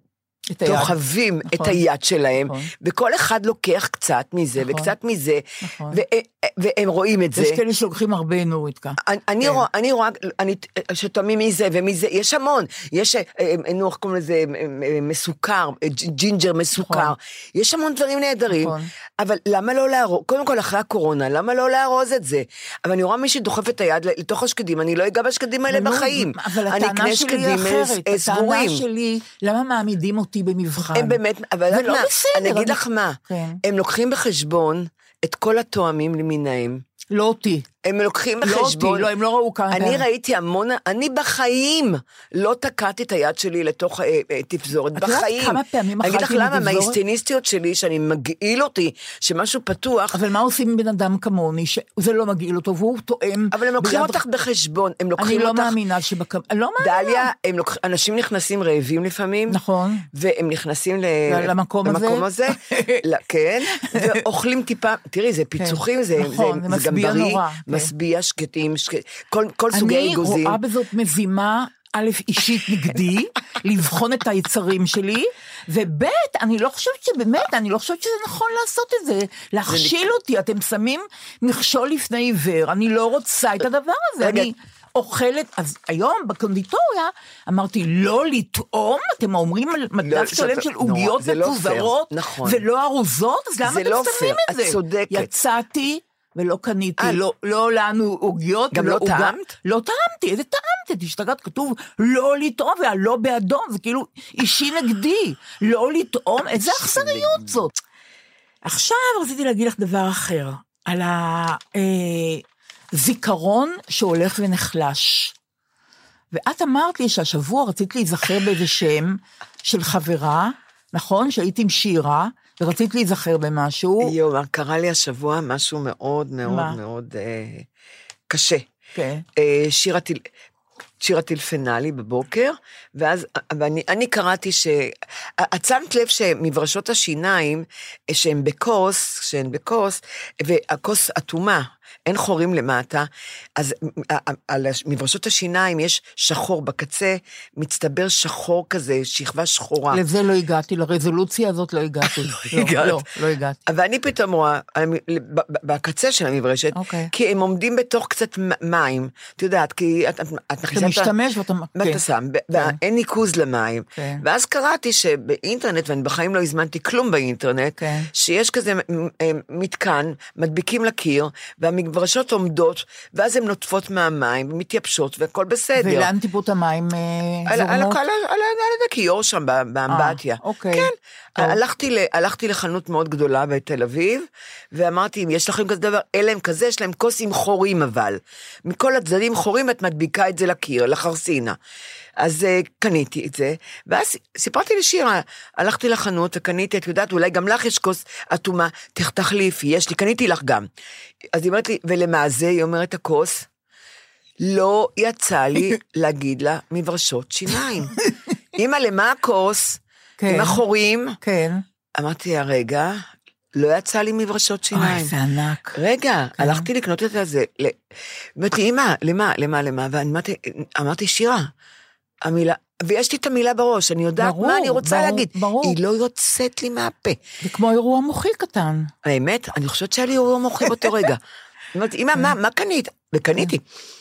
דוחבים נכון, את היד שלהם, נכון. וכל אחד לוקח קצת מזה, נכון, וקצת מזה, נכון. ו- והם רואים את זה. יש כאלה שלוקחים הרבה נורית כאן. אני, אני, רואה, אני רואה, אני שתומי מזה ומזה, יש המון, יש, נוח קוראים לזה, מסוכר, ג'ינג'ר מסוכר, נכון. יש המון דברים נהדרים, נכון. אבל למה לא להרוז, קודם כל אחרי הקורונה, למה לא להרוז את זה? אבל אני רואה מי שדוחף את היד לתוך השקדים, אני לא אגע בשקדים האלה בחיים. אבל הטענה שלי היא אחרת, הטענה שלי, למה מעמידים אותי במבחן? הם באמת, אבל זה לא בסדר. אני אגיד לך מה, הם לוקחים בחשבון את כל התואמים למיניהם. לא אותי. הם לוקחים לא בחשבון. אותי, לא, הם לא ראו כאן. אני ראיתי המון, אני בחיים לא תקעתי את היד שלי לתוך אה, אה, תפזורת, בחיים. את יודעת כמה פעמים אכלתי מתפזורת? אני אגיד לך למה, מההיסטניסטיות שלי, שאני מגעיל אותי, שמשהו פתוח. אבל מה עושים עם בן אדם כמוני, שזה לא מגעיל אותו, והוא טועם. אבל הם לוקחים אותך בחשבון, הם לוקחים אותך. אני לא מאמינה שבקם... לא מאמינה. דליה, הם לוק... אנשים נכנסים רעבים לפעמים. נכון. והם נכנסים ל... למקום הזה. למקום הזה. כן. ואוכלים טיפה, תראי, זה פיצוחים, זה גם בריא, משביע שקטים, כל סוגי אגוזים. אני רואה בזאת מזימה, א', אישית נגדי, לבחון את היצרים שלי, וב', אני לא חושבת שבאמת, אני לא חושבת שזה נכון לעשות את זה, להכשיל אותי, אתם שמים מכשול לפני עיוור, אני לא רוצה את הדבר הזה, אני... אוכלת, אז היום בקונדיטוריה אמרתי, לא לטעום, אתם אומרים על מדף שלם של עוגיות מפוזרות, ולא ארוזות, אז למה אתם שמים את זה? את צודקת. יצאתי ולא קניתי, לא, לא לנו עוגיות. גם לא טעמת? לא טעמתי, איזה טעמת? תשתגעת, כתוב לא לטעום, והלא באדום, זה כאילו אישי נגדי, לא לטעום, איזה אכזריות זאת. עכשיו רציתי להגיד לך דבר אחר, על הזיכרון שהולך ונחלש. ואת אמרת לי שהשבוע רצית להיזכר באיזה שם של חברה, נכון? שהייתי עם שירה, ורצית להיזכר במשהו. יו, קרה לי השבוע משהו מאוד מאוד מה? מאוד אה, קשה. כן. אה, שירה, תל... שירה טלפנה לי בבוקר, ואז ואני, אני קראתי ש... את שמת לב שמברשות השיניים, שהן בקוס, שהן בקוס, והקוס אטומה, אין חורים למטה, אז על מברשות השיניים יש שחור בקצה, מצטבר שחור כזה, שכבה שחורה. לזה לא הגעתי, לרזולוציה הזאת לא הגעתי. לא הגעת. לא, לא הגעתי. ואני פתאום רואה, בקצה של המברשת, כי הם עומדים בתוך קצת מים, את יודעת, כי את מכניסה... אתה משתמש ואתה... ואתה שם, ואין ניקוז למים. ואז קראתי שבאינטרנט, ואני בחיים לא הזמנתי כלום באינטרנט, שיש כזה מתקן, מדביקים לקיר, והמגברשות עומדות, ואז הן נוטפות מהמים, מתייבשות, והכל בסדר. ולאן טיפות המים זורמות? על הכיור שם, באמבטיה. אוקיי. כן. הלכתי לחנות מאוד גדולה בתל אביב, ואמרתי, אם יש לכם כזה דבר, אלה הם כזה, יש להם כוס עם חורים אבל. מכל הצדדים חורים, את מדביקה את זה לקיר, לחרסינה. אז uh, קניתי את זה, ואז סיפרתי לשירה, הלכתי לחנות וקניתי, את יודעת, אולי גם לך יש כוס אטומה, תחליפי, יש לי, קניתי לך גם. אז היא אומרת לי, ולמה זה, היא אומרת הכוס, לא יצא לי להגיד לה מברשות שיניים. אמא, למה הכוס? כן. עם החורים? כן. אמרתי, הרגע, לא יצא לי מברשות שיניים. אוי, זה ענק. רגע, כן. הלכתי לקנות את זה, אמרתי, אמא, למה, למה, למה? ואמרתי, שירה, המילה, ויש לי את המילה בראש, אני יודעת ברור, מה אני רוצה ברור, להגיד, ברור. היא לא יוצאת לי מהפה. זה כמו אירוע מוחי קטן. האמת, אני חושבת שהיה לי אירוע מוחי באותו רגע. אמרתי, אמא, מה, מה קנית? וקניתי.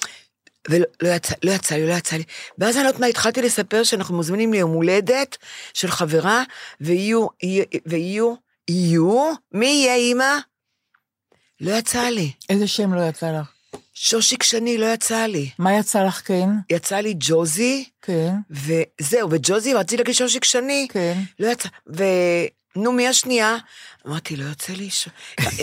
ולא לא יצא, לא יצא לי, לא יצא לי. ואז אני לא יודעת מה, התחלתי לספר שאנחנו מוזמנים ליום הולדת של חברה, ויהיו, ויהיו, יהיו, מי יהיה אמא? לא יצא לי. איזה שם לא יצא לך? שושיק שני לא יצא לי. מה יצא לך, כן? יצא לי ג'וזי. כן. וזהו, וג'וזי, רציתי להגיד שושיק שני. כן. לא יצא. ונו, מי השנייה? אמרתי, לא יוצא לי ש...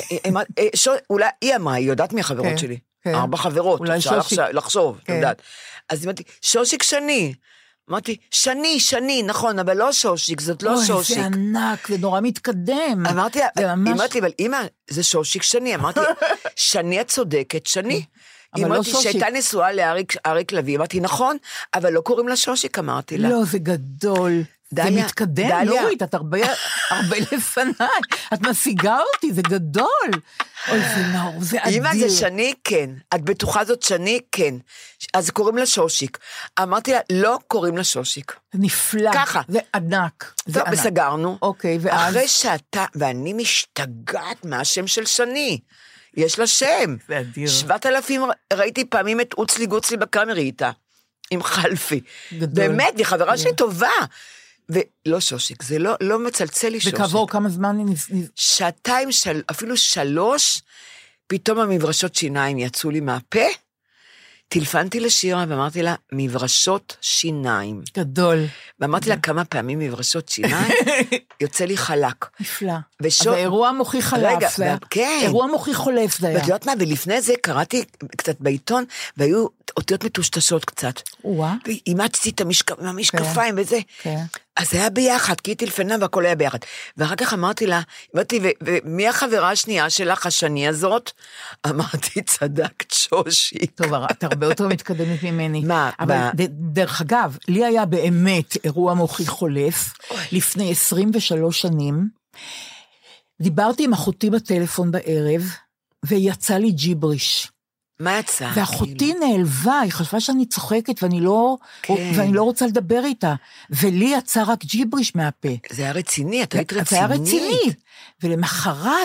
אולי היא אמרה, היא יודעת מי החברות שלי. ארבע חברות. אולי שושיק. לחשוב, את יודעת. אז אמרתי, שושיק שני. אמרתי, שני, שני, נכון, אבל לא שושיק, זאת לא שושיק. אוי, זה ענק, זה נורא מתקדם. אמרתי, אמרתי, אבל אמא, זה שושיק שני. אמרתי, שני את צודקת, שני. אמרתי שהייתה נשואה לאריק לוי, אמרתי, נכון, אבל לא קוראים לה שושיק, אמרתי לה. לא, זה גדול. זה מתקדם, נורית, את הרבה לפניי. את משיגה אותי, זה גדול. אוי, זה נור, זה אדיר. אמא, זה שני, כן. את בטוחה זאת שני, כן. אז קוראים לה שושיק. אמרתי לה, לא קוראים לה שושיק. זה נפלא. ככה. זה ענק. טוב, וסגרנו. אוקיי, ואז? אחרי שאתה, ואני משתגעת מהשם של שני. יש לה שם. זה אדיר. שבעת אלפים ראיתי פעמים את אוצלי גוצלי בקאמרי איתה. עם חלפי. גדול. באמת, היא חברה שלי טובה. ולא שושיק, זה לא, לא מצלצל לי שושיק. וכעבור כמה זמן... שעתיים, של, אפילו שלוש, פתאום המברשות שיניים יצאו לי מהפה, טלפנתי לשירה ואמרתי לה, מברשות שיניים. גדול. ואמרתי לה כמה פעמים מברשות שיניים, יוצא לי חלק. נפלא. ושו... אז האירוע מוחי חלף. רגע, זה... כן. אירוע מוחי חולף זה היה. ואת יודעת מה, ולפני זה קראתי קצת בעיתון, והיו אותיות מטושטשות קצת. וואה. ואימצתי את המשק... המשקפיים כן. וזה. כן. אז זה היה ביחד, כי היא טלפנה והכל היה ביחד. ואחר כך אמרתי לה, אמרתי, ומי החברה השנייה שלך, השני הזאת? אמרתי, צדקת שושיק. טוב, את הרבה יותר מתקדמת ממני. מה? אבל דרך אגב, לי היה באמת אירוע מוחי חולף, לפני עשרים ושלוש שנים, דיברתי עם אחותי בטלפון בערב, ויצא לי ג'יבריש. מה יצא? ואחותי נעלבה, היא חשבה שאני צוחקת, ואני לא, כן. ואני לא רוצה לדבר איתה. ולי יצא רק ג'יבריש מהפה. זה היה רציני, אתה היית רצינית. זה היה רציני. ולמחרת,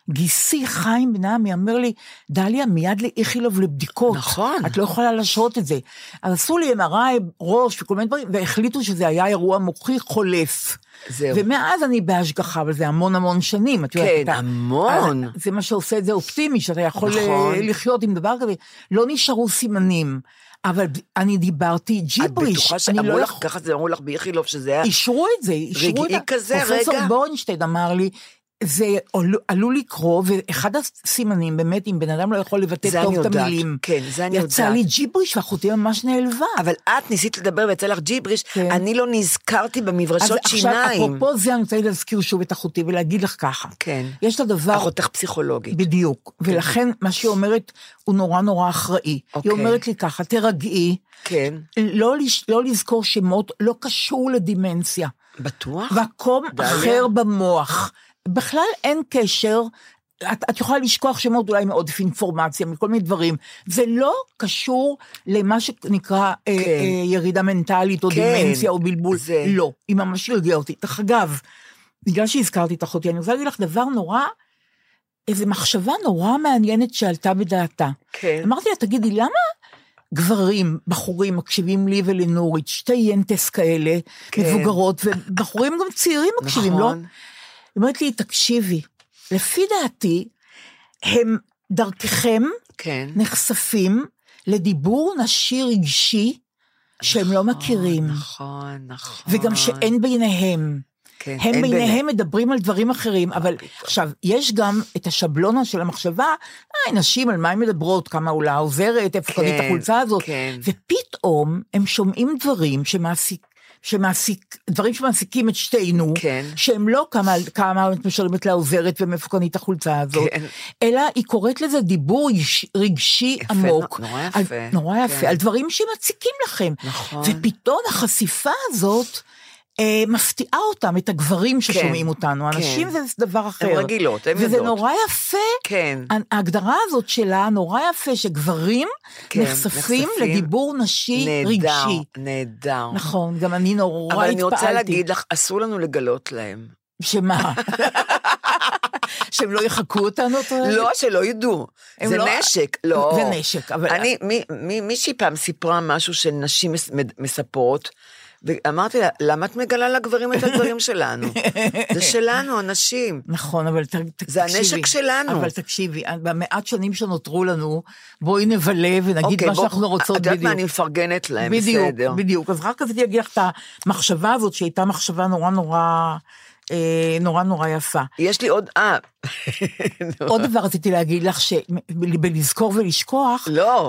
גיסי חיים בנעמי אמר לי, דליה, מיד לאיכילוב לבדיקות. נכון. את לא יכולה לשרות את זה. אז עשו לי אם אר איי, ראש וכל מיני דברים, והחליטו שזה היה אירוע מוחי חולף. זהו. ומאז אני בהשגחה, אבל זה המון המון שנים. כן, אתה, המון. זה מה שעושה את זה אופטימי, שאתה יכול נכון. לחיות עם דבר כזה. לא נשארו סימנים. אבל אני דיברתי ג'יבריש. את בטוחה שאמרו לך, ככה זה אמרו לך באיכילוב שזה היה... אישרו את זה, אישרו את זה. רגעי כזה, רגע. פרופסור בורנשטיין אמר לי, זה עלול לקרוא, ואחד הסימנים, באמת, אם בן אדם לא יכול לבטא טוב את המילים, כן, זה אני יודעת. יצא לי ג'יבריש, ואחותי ממש נעלבה. אבל את ניסית לדבר ויצא לך ג'יבריש, כן. אני לא נזכרתי במברשות שיניים. עכשיו, אפרופו זה, אני רוצה להזכיר שוב את אחותי, ולהגיד לך ככה. כן. יש לה דבר... אחותך פסיכולוגית. בדיוק. כן. ולכן, מה שהיא אומרת, הוא נורא נורא אחראי. אוקיי. היא אומרת לי ככה, תרגעי. כן. לא, לא לזכור שמות, לא קשור לדימנציה. בטוח? מקום אחר במוח. בכלל אין קשר, את, את יכולה לשכוח שמות אולי מעודף אינפורמציה, מכל מיני דברים, זה לא קשור למה שנקרא כן. אה, אה, ירידה מנטלית, או כן. דימנציה, או בלבול, זה... לא, היא ממש הרגיעה אותי. דרך אגב, בגלל שהזכרתי את אחותי, אני רוצה להגיד לך דבר נורא, איזו מחשבה נורא מעניינת שעלתה בדעתה. כן. אמרתי לה, תגידי, למה גברים, בחורים, מקשיבים לי ולנורית, שתי ינטס כאלה, כן. מבוגרות, ובחורים גם צעירים מקשיבים, נכון. לא? היא אומרת לי, תקשיבי, לפי דעתי, הם דרככם כן. נחשפים לדיבור נשי רגשי, שהם נכון, לא מכירים. נכון, נכון. וגם שאין ביניהם. כן, הם ביניהם ביניהם. מדברים על דברים אחרים, אבל עכשיו, יש גם את השבלונה של המחשבה, אה, נשים, על מה הן מדברות, כמה עולה עוזרת, איפה קנית כן, החולצה הזאת, כן. ופתאום הם שומעים דברים שמעסיק, שמעסיק, דברים שמעסיקים את שתינו, כן. שהם לא כמה, כמה את משלמת לעוזרת ומאיפה קנית החולצה הזאת, כן. אלא היא קוראת לזה דיבור רגשי יפה, עמוק. נורא יפה. על, נורא יפה, כן. על דברים שמציקים לכם. נכון. ופתאום החשיפה הזאת, אה, מפתיעה אותם, את הגברים ששומעים כן, אותנו. אנשים כן. זה דבר אחר. הן רגילות, הן יודעות. וזה נורא יפה, כן. ההגדרה הזאת שלה נורא יפה, שגברים כן, נחשפים, נחשפים לדיבור נשי נהדר, רגשי. נהדר. נכון, גם אני נורא התפעלתי. אבל אני רוצה להגיד לך, אסור לנו לגלות להם. שמה? שהם לא יחכו אותנו? לא, שלא ידעו. זה לא... נשק, לא. זה נשק, אבל... אני, מי, מי, מישהי פעם סיפרה משהו שנשים מספרות, ואמרתי לה, למה את מגלה לגברים את הדברים שלנו? זה שלנו, אנשים. נכון, אבל תקשיבי. זה הנשק שלנו. אבל תקשיבי, במעט שנים שנותרו לנו, בואי נבלה ונגיד מה שאנחנו רוצות בדיוק. את יודעת מה, אני מפרגנת להם, בסדר. בדיוק, בדיוק. אז רק רציתי להגיד לך את המחשבה הזאת, שהייתה מחשבה נורא נורא, נורא נורא יפה. יש לי עוד, אה. עוד דבר רציתי להגיד לך, שבלזכור ולשכוח, לא,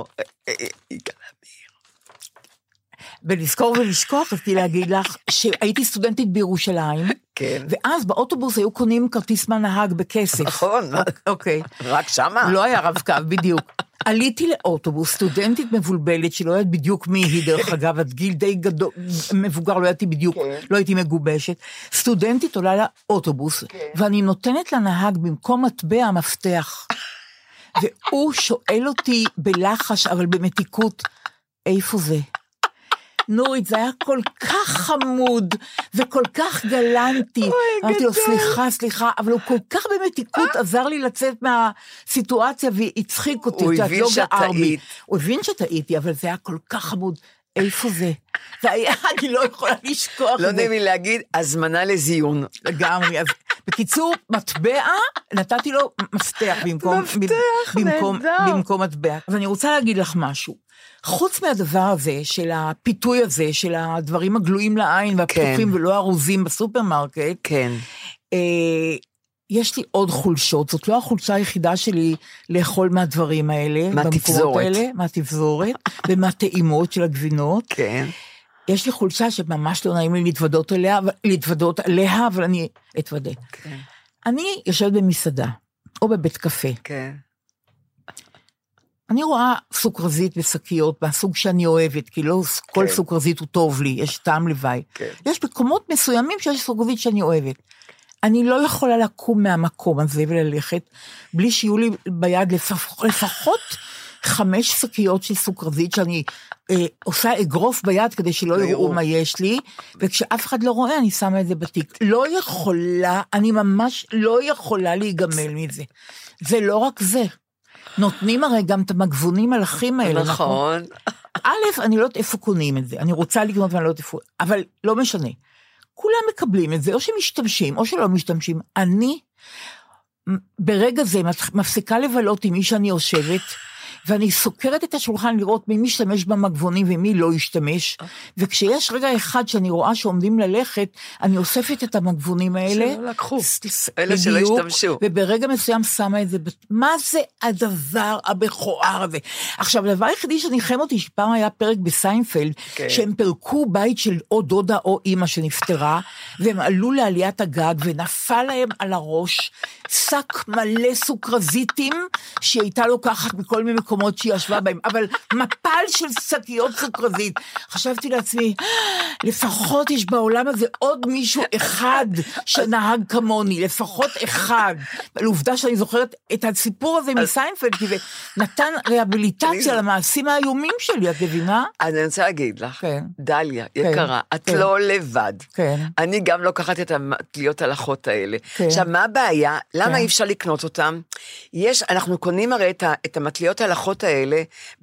בלזכור ולשכוח, רציתי להגיד לך, שהייתי סטודנטית בירושלים, כן. ואז באוטובוס היו קונים כרטיס מהנהג בכסף. נכון. אוקיי. רק שמה. לא היה רב קו, בדיוק. עליתי לאוטובוס, סטודנטית מבולבלת, שלא יודעת בדיוק מי היא, דרך אגב, עד גיל די גדול, מבוגר, לא הייתי בדיוק, לא הייתי מגובשת. סטודנטית עולה לאוטובוס, ואני נותנת לנהג במקום מטבע המפתח, והוא שואל אותי בלחש, אבל במתיקות, איפה זה? נורית, זה היה כל כך חמוד, וכל כך גלנטי. אמרתי לו, סליחה, סליחה, אבל הוא כל כך במתיקות עזר לי לצאת מהסיטואציה, והצחיק אותי. הוא הבין שטעית. הוא הבין שטעיתי, אבל זה היה כל כך חמוד. איפה זה? זה היה, אני לא יכולה לשכוח את זה. לא נעים לי להגיד, הזמנה לזיון. לגמרי, אז בקיצור, מטבע, נתתי לו מפתח במקום, מפתח, במקום, נהדר. במקום מטבע. אז אני רוצה להגיד לך משהו. חוץ מהדבר הזה, של הפיתוי הזה, של הדברים הגלויים לעין והפתוחים כן. ולא ארוזים בסופרמרקט, כן. אה, יש לי עוד חולשות, זאת לא החולשה היחידה שלי לאכול מהדברים האלה, מהתפזורת. האלה, מהתפזורת, ומהטעימות של הגבינות. כן. יש לי חולשה שממש לא נעים לי להתוודות עליה, להתוודות עליה, אבל אני אתוודה. כן. אני יושבת במסעדה, או בבית קפה. כן. אני רואה סוכרזית ושקיות מהסוג שאני אוהבת, כי לא כל סוכרזית הוא טוב לי, יש טעם לוואי. יש מקומות מסוימים שיש סוכרזית שאני אוהבת. אני לא יכולה לקום מהמקום הזה וללכת, בלי שיהיו לי ביד לפחות חמש שקיות של סוכרזית, שאני אה, עושה אגרוף ביד, כדי שלא יראו מה יש לי, וכשאף אחד לא רואה, אני שמה את זה בתיק. לא יכולה, אני ממש לא יכולה להיגמל מזה. זה לא רק זה. נותנים הרי גם את המגבונים הלכים האלה. נכון. א', אני לא יודעת איפה קונים את זה, אני רוצה לקנות ואני לא יודעת איפה, אבל לא משנה. כולם מקבלים את זה, או שמשתמשים, או שלא משתמשים. אני, ברגע זה, מפסיקה לבלות עם מי שאני יושבת, ואני סוקרת את השולחן לראות מי משתמש במגבונים ומי לא ישתמש, וכשיש רגע אחד שאני רואה שעומדים ללכת, אני אוספת את המגבונים האלה. שלא לקחו, אלה שלא השתמשו. וברגע מסוים שמה את זה, מה זה הדבר הבכוער הזה? עכשיו, הדבר היחידי שניחם אותי, שפעם היה פרק בסיינפלד, שהם פרקו בית של או דודה או אמא שנפטרה, והם עלו לעליית הגג, ונפל להם על הראש, שק מלא סוכרזיתים, שהיא הייתה לוקחת מכל מיני מקומות שהיא ישבה בהם, אבל מפל של שקיות סוכרזית. חשבתי לעצמי, לפחות יש בעולם הזה עוד מישהו אחד שנהג כמוני, לפחות אחד. לעובדה שאני זוכרת את הסיפור הזה מסיינפלד, כי זה נתן ריאביליטציה למעשים האיומים שלי, את מבינה? אני רוצה להגיד לך, דליה, יקרה, את לא לבד. אני גם לוקחת את המטליות הלכות האלה. עכשיו, מה הבעיה? למה אי אפשר לקנות אותם? יש, אנחנו קונים הרי את המטליות הלכות האלה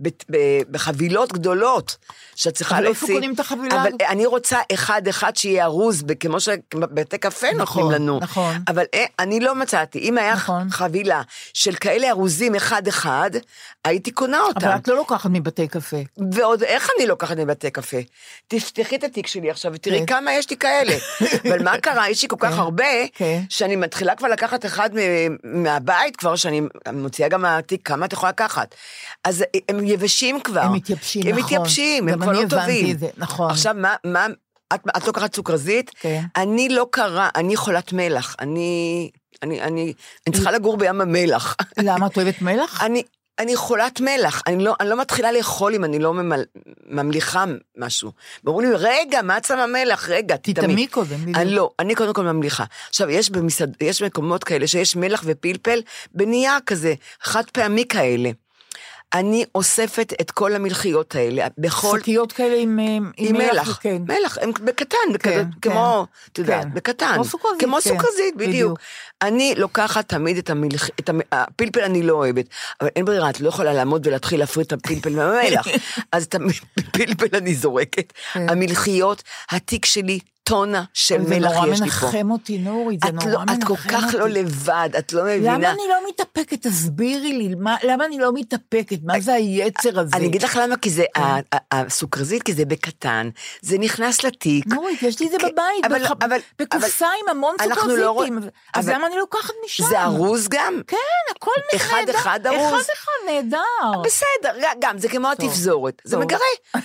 בחבילות גדולות, שאת צריכה להוציא. אבל איפה קונים את החבילה? אבל אני רוצה אחד אחד שיהיה ארוז, כמו שבתי קפה נותנים לנו. נכון. אבל אני לא מצאתי. אם היה חבילה של כאלה ארוזים אחד אחד, הייתי קונה אותם. אבל את לא לוקחת מבתי קפה. ועוד איך אני לוקחת מבתי קפה? תפתחי את התיק שלי עכשיו, ותראי כמה יש לי כאלה. אבל מה קרה? יש לי כל כך הרבה, שאני מתחילה כבר לקחת אחד מהבית, כבר שאני מוציאה גם מהתיק, כמה את יכולה לקחת. אז הם יבשים כבר. הם מתייבשים, נכון. הם מתייבשים, הם כבר לא טובים. נכון. עכשיו, מה, מה, את, את לוקחת סוכרזית? כן. אני לא קרה, אני חולת מלח. אני, אני, אני, אני צריכה לגור בים המלח. למה את אוהבת מלח? אני, אני חולת מלח, אני לא, אני לא מתחילה לאכול אם אני לא ממל, ממליחה משהו. ואומרו לי, רגע, מה את שמה מלח? רגע, תתמי קודם. אני לא, אני קודם כל ממליחה. עכשיו, יש, במסד, יש מקומות כאלה שיש מלח ופלפל, בנייה כזה, חד פעמי כאלה. אני אוספת את כל המלחיות האלה, בכל... שקיות כאלה עם, עם, עם מלח, מלח, כן. מלח, הם בקטן, כן, כמו, כן. אתה יודע, כן. בקטן. כמו סוכרזית, כמו כן. סוכרזית, בדיוק. בדיוק. אני לוקחת תמיד את המלח... את המ... הפלפל אני לא אוהבת, אבל אין ברירה, את לא יכולה לעמוד ולהתחיל להפריד את הפלפל מהמלח, אז את הפלפל אני זורקת. כן. המלחיות, התיק שלי, טונה של מלח יש לי פה. זה נורא מנחם אותי, נורית, זה נורא מנחם אותי. את כל כך לא לבד, את לא מבינה. למה אני לא מתאפקת? תסבירי לי, למה אני לא מתאפקת? מה זה היצר הזה? אני אגיד לך למה, כי זה, הסוכרזית, כי זה בקטן, זה נכנס לתיק. נורית, יש לי זה בבית, בקופסה עם המון סוכרזיתים. אז למה אני לוקחת משם? זה ארוז גם? כן, הכל נהדר. אחד אחד ארוז? אחד אחד נהדר. בסדר, גם, זה כמו התפזורת. זה מגרה.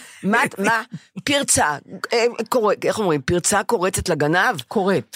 מה? פרצה, איך אומרים? פרצה קורצת לגנב? קוראת.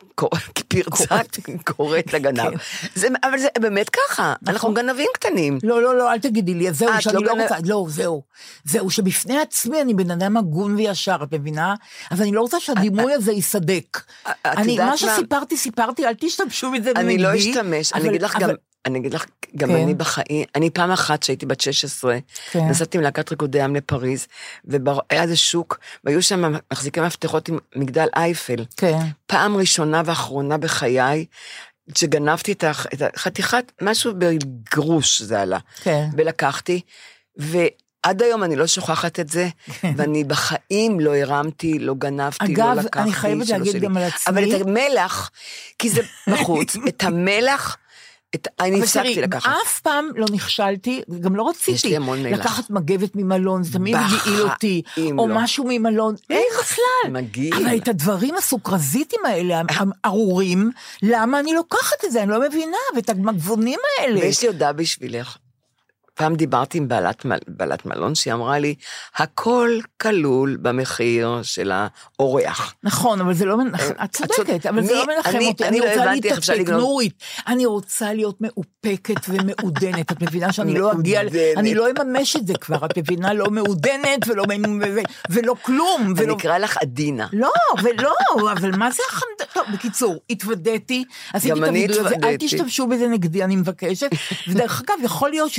פרצה קוראת לגנב. אבל זה באמת ככה, אנחנו גנבים קטנים. לא, לא, לא, אל תגידי לי, זהו, שאני לא רוצה, לא, זהו. זהו, שבפני עצמי אני בן אדם הגון וישר, את מבינה? אז אני לא רוצה שהדימוי הזה יסדק. מה שסיפרתי, סיפרתי, אל תשתמשו מזה נגדי. אני לא אשתמש, אני אגיד לך גם... אני אגיד לך, גם אני בחיים, אני פעם אחת שהייתי בת שש עשרה, נסעתי עם להקת ריקודי עם לפריז, והיה איזה שוק, והיו שם מחזיקי מפתחות עם מגדל אייפל. פעם ראשונה ואחרונה בחיי, שגנבתי את החתיכת, משהו בגרוש זה עלה, ולקחתי, ועד היום אני לא שוכחת את זה, ואני בחיים לא הרמתי, לא גנבתי, לא לקחתי. אגב, אני חייבת להגיד גם על עצמי. אבל את המלח, כי זה בחוץ, את המלח, אני הפסקתי לקחת. אף פעם לא נכשלתי, גם לא רציתי לקחת מגבת ממלון, זה תמיד גאיל אותי, או משהו ממלון, אין בכלל. אבל את הדברים הסוכרזיתים האלה, הארורים, למה אני לוקחת את זה? אני לא מבינה, ואת המגבונים האלה. ויש לי הודעה בשבילך. פעם דיברתי עם בעלת, בעלת מלון, שהיא אמרה לי, הכל כלול במחיר של האורח. נכון, אבל זה לא מנחם, את צודקת, אבל זה לא מנחם אותי, אני רוצה להתאפק, נורית, אני רוצה להיות מאופקת ומעודנת, את מבינה שאני לא אגיע, אני לא אממש את זה כבר, את מבינה, לא מעודנת ולא כלום. אני אקרא לך עדינה. לא, ולא, אבל מה זה החמדה? טוב, בקיצור, התוודעתי, עשיתי את הוידאו הזה, אל תשתמשו בזה נגדי, אני מבקשת, ודרך אגב, יכול להיות שזה שפרק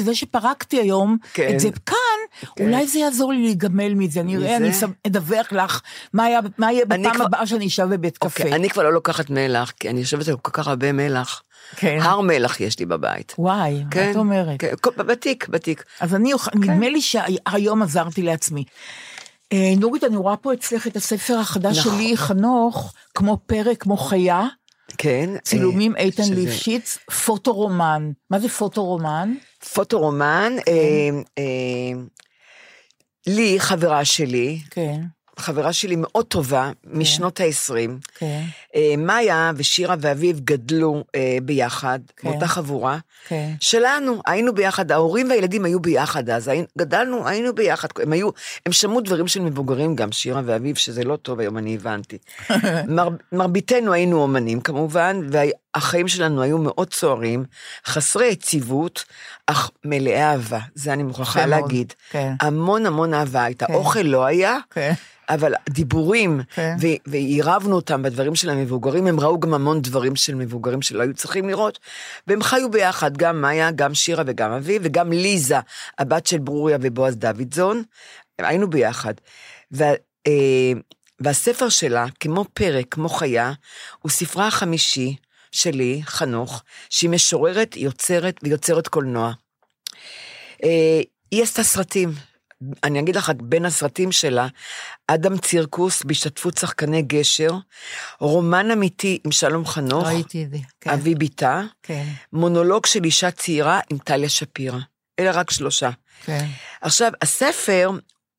זרקתי היום כן. את זה כאן, כן. אולי זה יעזור לי להיגמל מזה, אני אראה, אני אדווח לך מה יהיה, מה יהיה בפעם כבר... הבאה שאני אשב בבית קפה. אוקיי, אני כבר לא לוקחת מלח, כי אני יושבת על כל כך הרבה מלח. כן. הר מלח יש לי בבית. וואי, כן, מה את אומרת? כן, בתיק, בתיק. אז אני, כן. נדמה לי שהיום עזרתי לעצמי. נורית, אני רואה פה אצלך את הספר החדש נכון. שלי, חנוך, כמו פרק, כמו חיה. כן. צילומים איתן שזה... ליפשיץ, פוטורומן. מה זה פוטורומן? פוטורומן, כן. אה, אה, לי, חברה שלי, כן. חברה שלי מאוד טובה, כן. משנות ה-עשרים. כן. אה, מאיה ושירה ואביב גדלו אה, ביחד, כן. מאותה חבורה. כן. שלנו, היינו ביחד, ההורים והילדים היו ביחד אז, היינו, גדלנו, היינו ביחד, הם היו, הם שמעו דברים של מבוגרים גם, שירה ואביב, שזה לא טוב היום, אני הבנתי. מר, מרביתנו היינו אומנים כמובן, והחיים שלנו היו מאוד צוערים, חסרי יציבות, אך מלאי אהבה, זה אני מוכרחה להגיד. כן. המון המון אהבה הייתה, כן. אוכל לא היה, כן. אבל דיבורים, כן. ועירבנו אותם בדברים של המבוגרים, הם ראו גם המון דברים של מבוגרים שלא היו צריכים לראות, והם חיו ביחד, גם מאיה, גם שירה וגם אבי, וגם ליזה, הבת של ברוריה ובועז דוידזון, היינו ביחד. וה, אה, והספר שלה, כמו פרק, כמו חיה, הוא ספרה החמישי שלי, חנוך, שהיא משוררת, יוצרת ויוצרת קולנוע. אה, היא עשתה סרטים, אני אגיד לך, בין הסרטים שלה, אדם צירקוס בהשתתפות שחקני גשר, רומן אמיתי עם שלום חנוך, ראיתי את זה, כן. אבי ביתה, כן. מונולוג של אישה צעירה עם טליה שפירא, אלה רק שלושה. כן. עכשיו, הספר,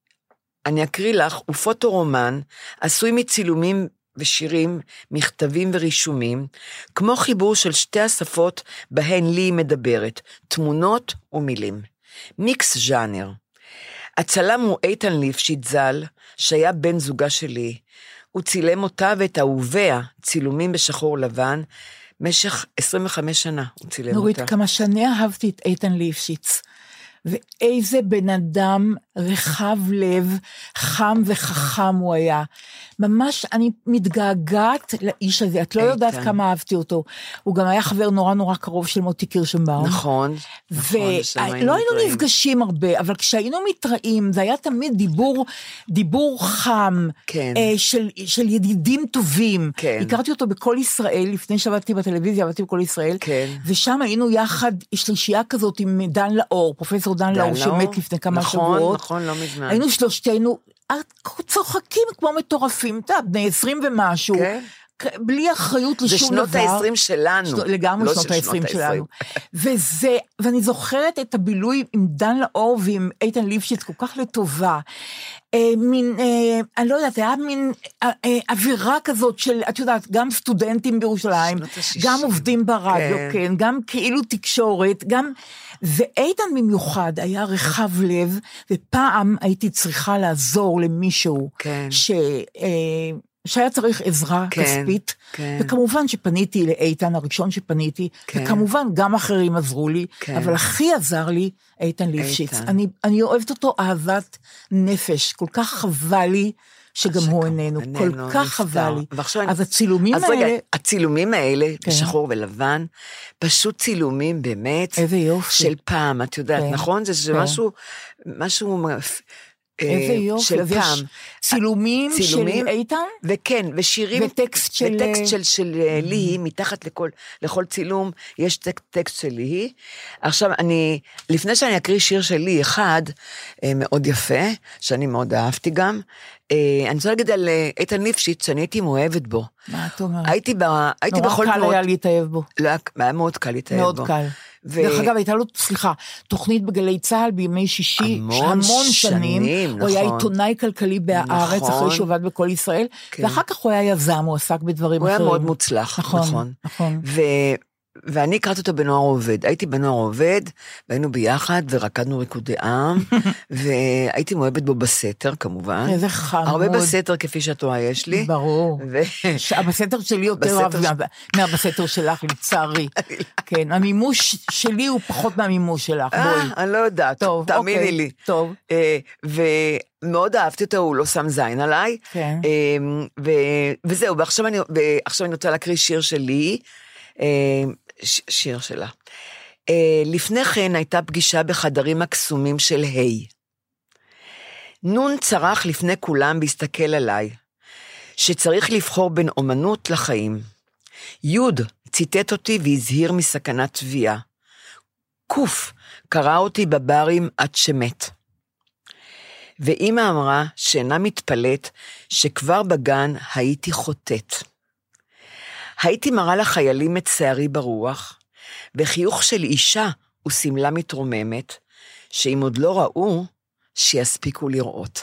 אני אקריא לך, הוא פוטורומן, עשוי מצילומים ושירים, מכתבים ורישומים, כמו חיבור של שתי השפות בהן לי מדברת, תמונות ומילים. מיקס ז'אנר. הצלם הוא איתן ליפשיץ ז"ל, שהיה בן זוגה שלי. הוא צילם אותה ואת אהוביה, צילומים בשחור לבן, משך עשרים וחמש שנה הוא צילם נורית, אותה. נורית, כמה שני אהבתי את איתן ליפשיץ, ואיזה בן אדם רחב לב, חם וחכם הוא היה. ממש אני מתגעגעת לאיש הזה, את לא איתן. יודעת כמה אהבתי אותו. הוא גם היה חבר נורא נורא קרוב של מוטי קירשנבאום. נכון, נכון. ולא היינו נפגשים הרבה, אבל כשהיינו מתראים, זה היה תמיד דיבור, דיבור חם, כן. אה, של, של ידידים טובים. כן. הכרתי אותו בכל ישראל, לפני שעבדתי בטלוויזיה, עבדתי בכל ישראל, כן. ושם היינו יחד, שלישייה כזאת עם דן לאור, פרופסור דן לאור, שמת לפני כמה נכון, שבועות. נכון, לא מזמן. היינו שלושתנו, צוחקים כמו מטורפים, אתה, בני עשרים ומשהו, כן. בלי אחריות לשום דבר. זה שנות ה-עשרים שלנו. לגמרי לא שנות ה-עשרים שלנו. וזה, ואני זוכרת את הבילוי עם דן לאור ועם איתן ליפשיץ כל כך לטובה. מין, אני לא יודעת, היה מין אווירה כזאת של, את יודעת, גם סטודנטים בירושלים, גם עובדים ברדיו, כן, גם כאילו תקשורת, גם, ואיתן במיוחד היה רחב לב, ופעם הייתי צריכה לעזור למישהו, ש... שהיה צריך עזרה כן, כספית, כן. וכמובן שפניתי לאיתן, הראשון שפניתי, כן. וכמובן גם אחרים עזרו לי, כן. אבל הכי עזר לי איתן ליפשיץ. אני, אני אוהבת אותו אהבת נפש, כל כך חבל לי, שגם הוא איננו, כל כך חבל לי. אז הצילומים אז האלה... רגע, הצילומים האלה, כן. בשחור ולבן, פשוט צילומים באמת, איזה יופי. של פעם, את יודעת, כן. נכון? זה, זה כן. משהו, משהו... איזה יופי, של פעם. צילומים, צילומים של איתן? וכן, ושירים, וטקסט של... וטקסט של, של mm-hmm. ליהי, מתחת לכל, לכל צילום, יש טקסט של ליהי. עכשיו, אני, לפני שאני אקריא שיר של ליהי אחד, מאוד יפה, שאני מאוד אהבתי גם, אני רוצה להגיד על איתן ליפשיץ, שאני הייתי מאוהבת בו. מה את אומרת? הייתי, ב, הייתי נורא בכל קל היה להתאהב בו. לא, היה מאוד קל להתאהב מאוד בו. מאוד קל. ו... דרך אגב, הייתה לו, סליחה, תוכנית בגלי צהל בימי שישי, המון, המון שנים, שנים, הוא נכון. היה עיתונאי כלכלי בהארץ, נכון. אחרי שעובד בכל ישראל, כן. ואחר כך הוא היה יזם, הוא עסק בדברים הוא אחרים. הוא היה מאוד מוצלח, נכון. נכון. נכון. ו... ואני הכרתי אותו בנוער עובד, הייתי בנוער עובד, והיינו ביחד, ורקדנו ריקודי עם, והייתי מאוהבת בו בסתר, כמובן. איזה חמוד. הרבה בסתר, כפי שאת רואה, יש לי. ברור. הבסתר שלי יותר אוהב מהבסתר שלך, לצערי. כן, המימוש שלי הוא פחות מהמימוש שלך, בואי. אני לא יודעת, תאמיני לי. טוב. ומאוד אהבתי אותו, הוא לא שם זין עליי. כן. וזהו, ועכשיו אני רוצה להקריא שיר שלי, שיר שלה. לפני כן הייתה פגישה בחדרים הקסומים של היי. נון צרח לפני כולם והסתכל עליי, שצריך לבחור בין אומנות לחיים. יוד ציטט אותי והזהיר מסכנת תביעה. קוף קרא אותי בברים עד שמת. ואמא אמרה שאינה מתפלט שכבר בגן הייתי חוטאת. הייתי מראה לחיילים את שערי ברוח, וחיוך של אישה וסמלה מתרוממת, שאם עוד לא ראו, שיספיקו לראות.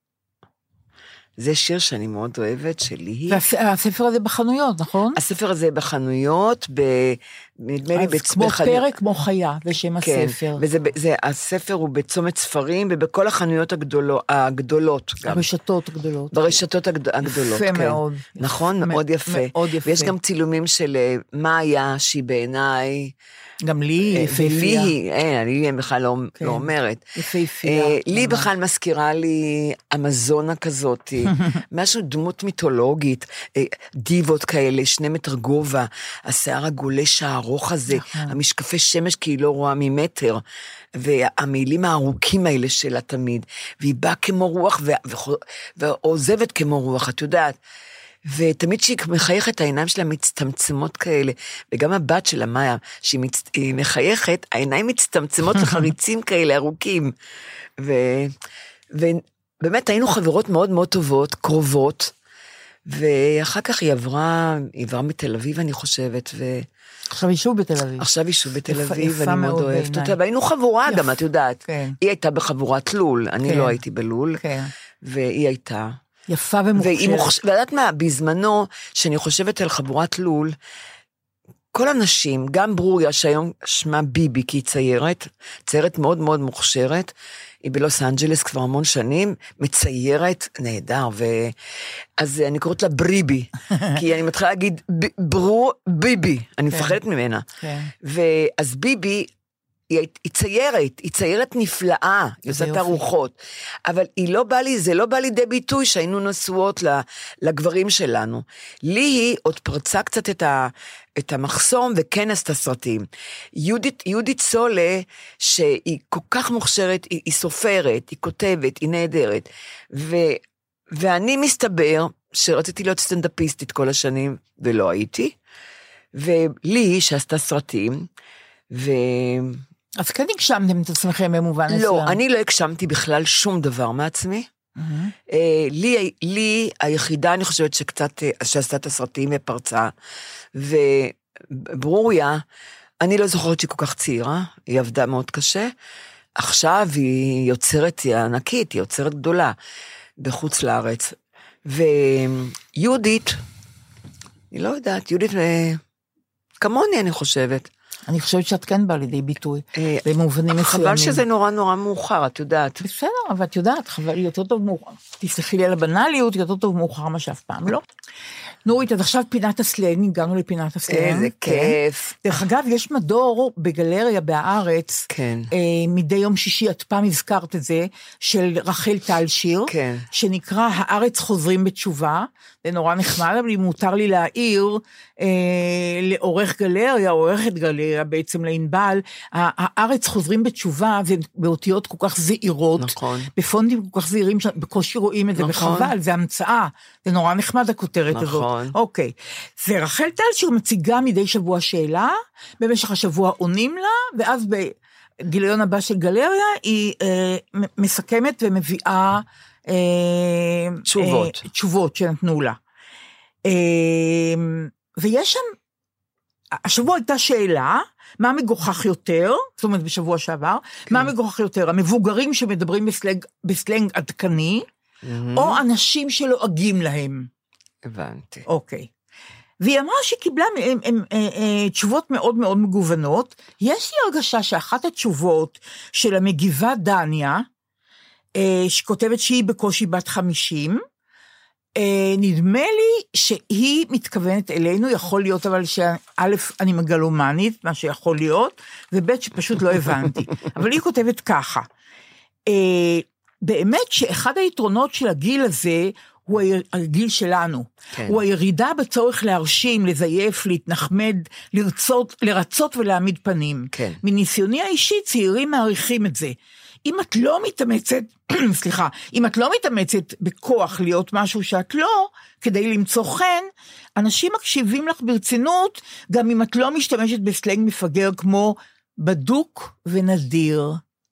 זה שיר שאני מאוד אוהבת, שלי. והספר הזה בחנויות, נכון? הספר הזה בחנויות, נדמה לי... כמו פרק, כמו חיה, בשם הספר. והספר הוא בצומת ספרים, ובכל החנויות הגדולות. הרשתות הגדולות. ברשתות הגדולות, כן. יפה מאוד. נכון? מאוד יפה. מאוד יפה. ויש גם צילומים של מאיה, שהיא בעיניי... גם לי יפהפייה. ולי, אין, לי בכלל לא, כן. לא אומרת. יפהפייה. לי בכלל מזכירה לי אמזונה כזאת, משהו דמות מיתולוגית, דיבות כאלה, שני מטר גובה, השיער הגולש הארוך הזה, המשקפי שמש כי היא לא רואה ממטר, והמילים הארוכים האלה שלה תמיד, והיא באה כמו רוח, ועוזבת כמו רוח, את יודעת, ותמיד שהיא מחייכת, העיניים שלה מצטמצמות כאלה, וגם הבת שלה, מאיה, שהיא מצ... מחייכת, העיניים מצטמצמות לחריצים כאלה, ארוכים. ו... ובאמת היינו חברות מאוד מאוד טובות, קרובות, ואחר כך היא עברה, היא עברה מתל אביב, אני חושבת, ו... עכשיו היא שוב בתל אביב. עכשיו היא שוב בתל אביב, ואני מאוד אוהבת אותה, והיינו חבורה גם, את יודעת. כן. היא הייתה בחבורת לול, אני כן. לא הייתי בלול, כן. והיא הייתה... יפה ומוכשרת. מוכש... וידעת מה, בזמנו, שאני חושבת על חבורת לול, כל אנשים, גם ברוריה, שהיום שמה ביבי, כי היא ציירת, ציירת מאוד מאוד מוכשרת, היא בלוס אנג'לס כבר המון שנים, מציירת נהדר, ו... אז אני קוראת לה בריבי, כי אני מתחילה להגיד, ב... ברור, ביבי, אני כן. מפחדת ממנה. כן. ואז ביבי, היא, היא ציירת, היא ציירת נפלאה, היא עושה את הרוחות, אבל היא לא בא לי, זה לא בא לידי ביטוי שהיינו נשואות לגברים שלנו. לי היא עוד פרצה קצת את, ה, את המחסום וכן עשתה סרטים. יהודית, יהודית סולה, שהיא כל כך מוכשרת, היא, היא סופרת, היא כותבת, היא נהדרת, ו, ואני מסתבר שרציתי להיות סטנדאפיסטית כל השנים, ולא הייתי, ולי שעשתה סרטים, ו... אז כן הגשמתם את עצמכם במובן מסוים. לא, אני לא הגשמתי בכלל שום דבר מעצמי. Mm-hmm. לי, לי היחידה, אני חושבת שקצת, שעשתה את הסרטים ופרצה, וברוריה, אני לא זוכרת שהיא כל כך צעירה, היא עבדה מאוד קשה, עכשיו היא יוצרת, היא ענקית, היא יוצרת גדולה, בחוץ לארץ, ויהודית, אני לא יודעת, יהודית כמוני אני חושבת, אני חושבת שאת כן באה לידי ביטוי, במובנים מסוימים. חבל שזה נורא נורא מאוחר, את יודעת. בסדר, אבל את יודעת, חבל, יותר טוב מאוחר. תסלחי לי על הבנליות, יותר טוב מאוחר מה שאף פעם לא. נורית, אז עכשיו פינת הסלנג, הגענו לפינת הסלנג. איזה כיף. דרך אגב, יש מדור בגלריה בהארץ, כן. מדי יום שישי, את פעם הזכרת את זה, של רחל טל שיר, כן. שנקרא הארץ חוזרים בתשובה, זה נורא נחמד, אבל אם מותר לי להעיר, לעורך גלריה, עורכת גלריה, בעצם לענבל, הארץ חוזרים בתשובה, זה באותיות כל כך זעירות, נכון. בפונטים כל כך זעירים, בקושי רואים את זה, נכון. וחבל, זה המצאה, זה נורא נחמד הכותרת נכון. הזאת. אוקיי, זה רחל טל שיר מציגה מדי שבוע שאלה, במשך השבוע עונים לה, ואז בגיליון הבא של גלריה, היא אה, מסכמת ומביאה אה, תשובות. אה, תשובות שנתנו לה. אה, ויש שם, השבוע הייתה שאלה, מה מגוחך יותר, זאת אומרת בשבוע שעבר, כן. מה מגוחך יותר, המבוגרים שמדברים בסלנג, בסלנג עדכני, mm-hmm. או אנשים שלועגים להם. הבנתי. אוקיי. והיא אמרה שהיא קיבלה הם, הם, הם, הם, תשובות מאוד מאוד מגוונות, יש לי הרגשה שאחת התשובות של המגיבה דניה, שכותבת שהיא בקושי בת חמישים, נדמה לי שהיא מתכוונת אלינו, יכול להיות אבל שא' אני מגלומנית, מה שיכול להיות, וב' שפשוט לא הבנתי. אבל היא כותבת ככה, באמת שאחד היתרונות של הגיל הזה, הוא הגיל שלנו. כן. הוא הירידה בצורך להרשים, לזייף, להתנחמד, לרצות, לרצות ולהעמיד פנים. כן. מניסיוני האישי, צעירים מעריכים את זה. אם את לא מתאמצת, סליחה, אם את לא מתאמצת בכוח להיות משהו שאת לא, כדי למצוא חן, אנשים מקשיבים לך ברצינות, גם אם את לא משתמשת בסלנג מפגר כמו בדוק ונדיר.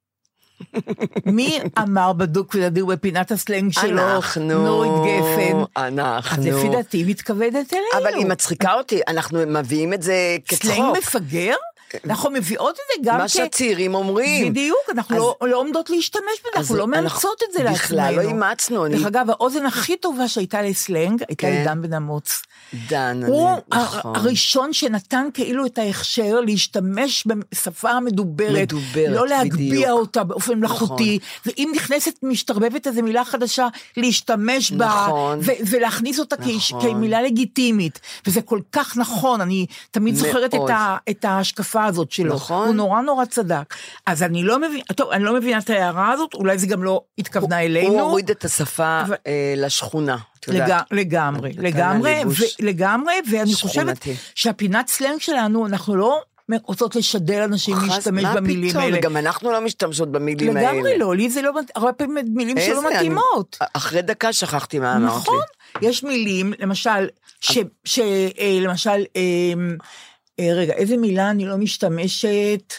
מי אמר בדוק ונדיר בפינת הסלנג שלו? אנחנו. נורית גפן. אנחנו. אז לפי דעתי מתכוודת אלינו. אבל היא מצחיקה אותי, אנחנו מביאים את זה כצחוק. סלנג מפגר? אנחנו מביאות את זה גם מה שהצעירים אומרים. בדיוק, אנחנו לא, לא עומדות להשתמש בזה, אנחנו לא מאמצות את זה לעצמנו. בכלל לא אימצנו. דרך אגב, האוזן הכי טובה שהייתה לסלנג, הייתה לדן בן אמוץ. דן, הוא נכון. הראשון שנתן כאילו את ההכשר להשתמש בשפה המדוברת, מדוברת, לא להגביע בדיוק. אותה באופן מלאכותי, נכון. ואם נכנסת משתרבבת איזו מילה חדשה, להשתמש נכון. בה, ו- ולהכניס אותה נכון. כמילה לגיטימית, וזה כל כך נכון, אני תמיד זוכרת את, ה- את ההשקפה הזאת שלו, נכון. הוא נורא נורא צדק, אז אני לא מבינה, טוב, אני לא מבינה את ההערה הזאת, אולי זה גם לא התכוונה הוא, אלינו. הוא הוריד את השפה ו... אה, לשכונה. לג... לגמרי, לגמרי, ו... לגמרי, ואני חושבת שהפינת סלנג שלנו, אנחנו לא רוצות לשדל אנשים להשתמש במילים פתאום? האלה. גם אנחנו לא משתמשות במילים לגמרי האלה. לגמרי לא, לי זה לא, הרבה פעמים מילים שלא מתאימות. אני... אחרי דקה שכחתי מה אמרת לי. נכון, יש מילים, למשל, ש... ש... אה, למשל, אה, אה, רגע, איזה מילה אני לא משתמשת,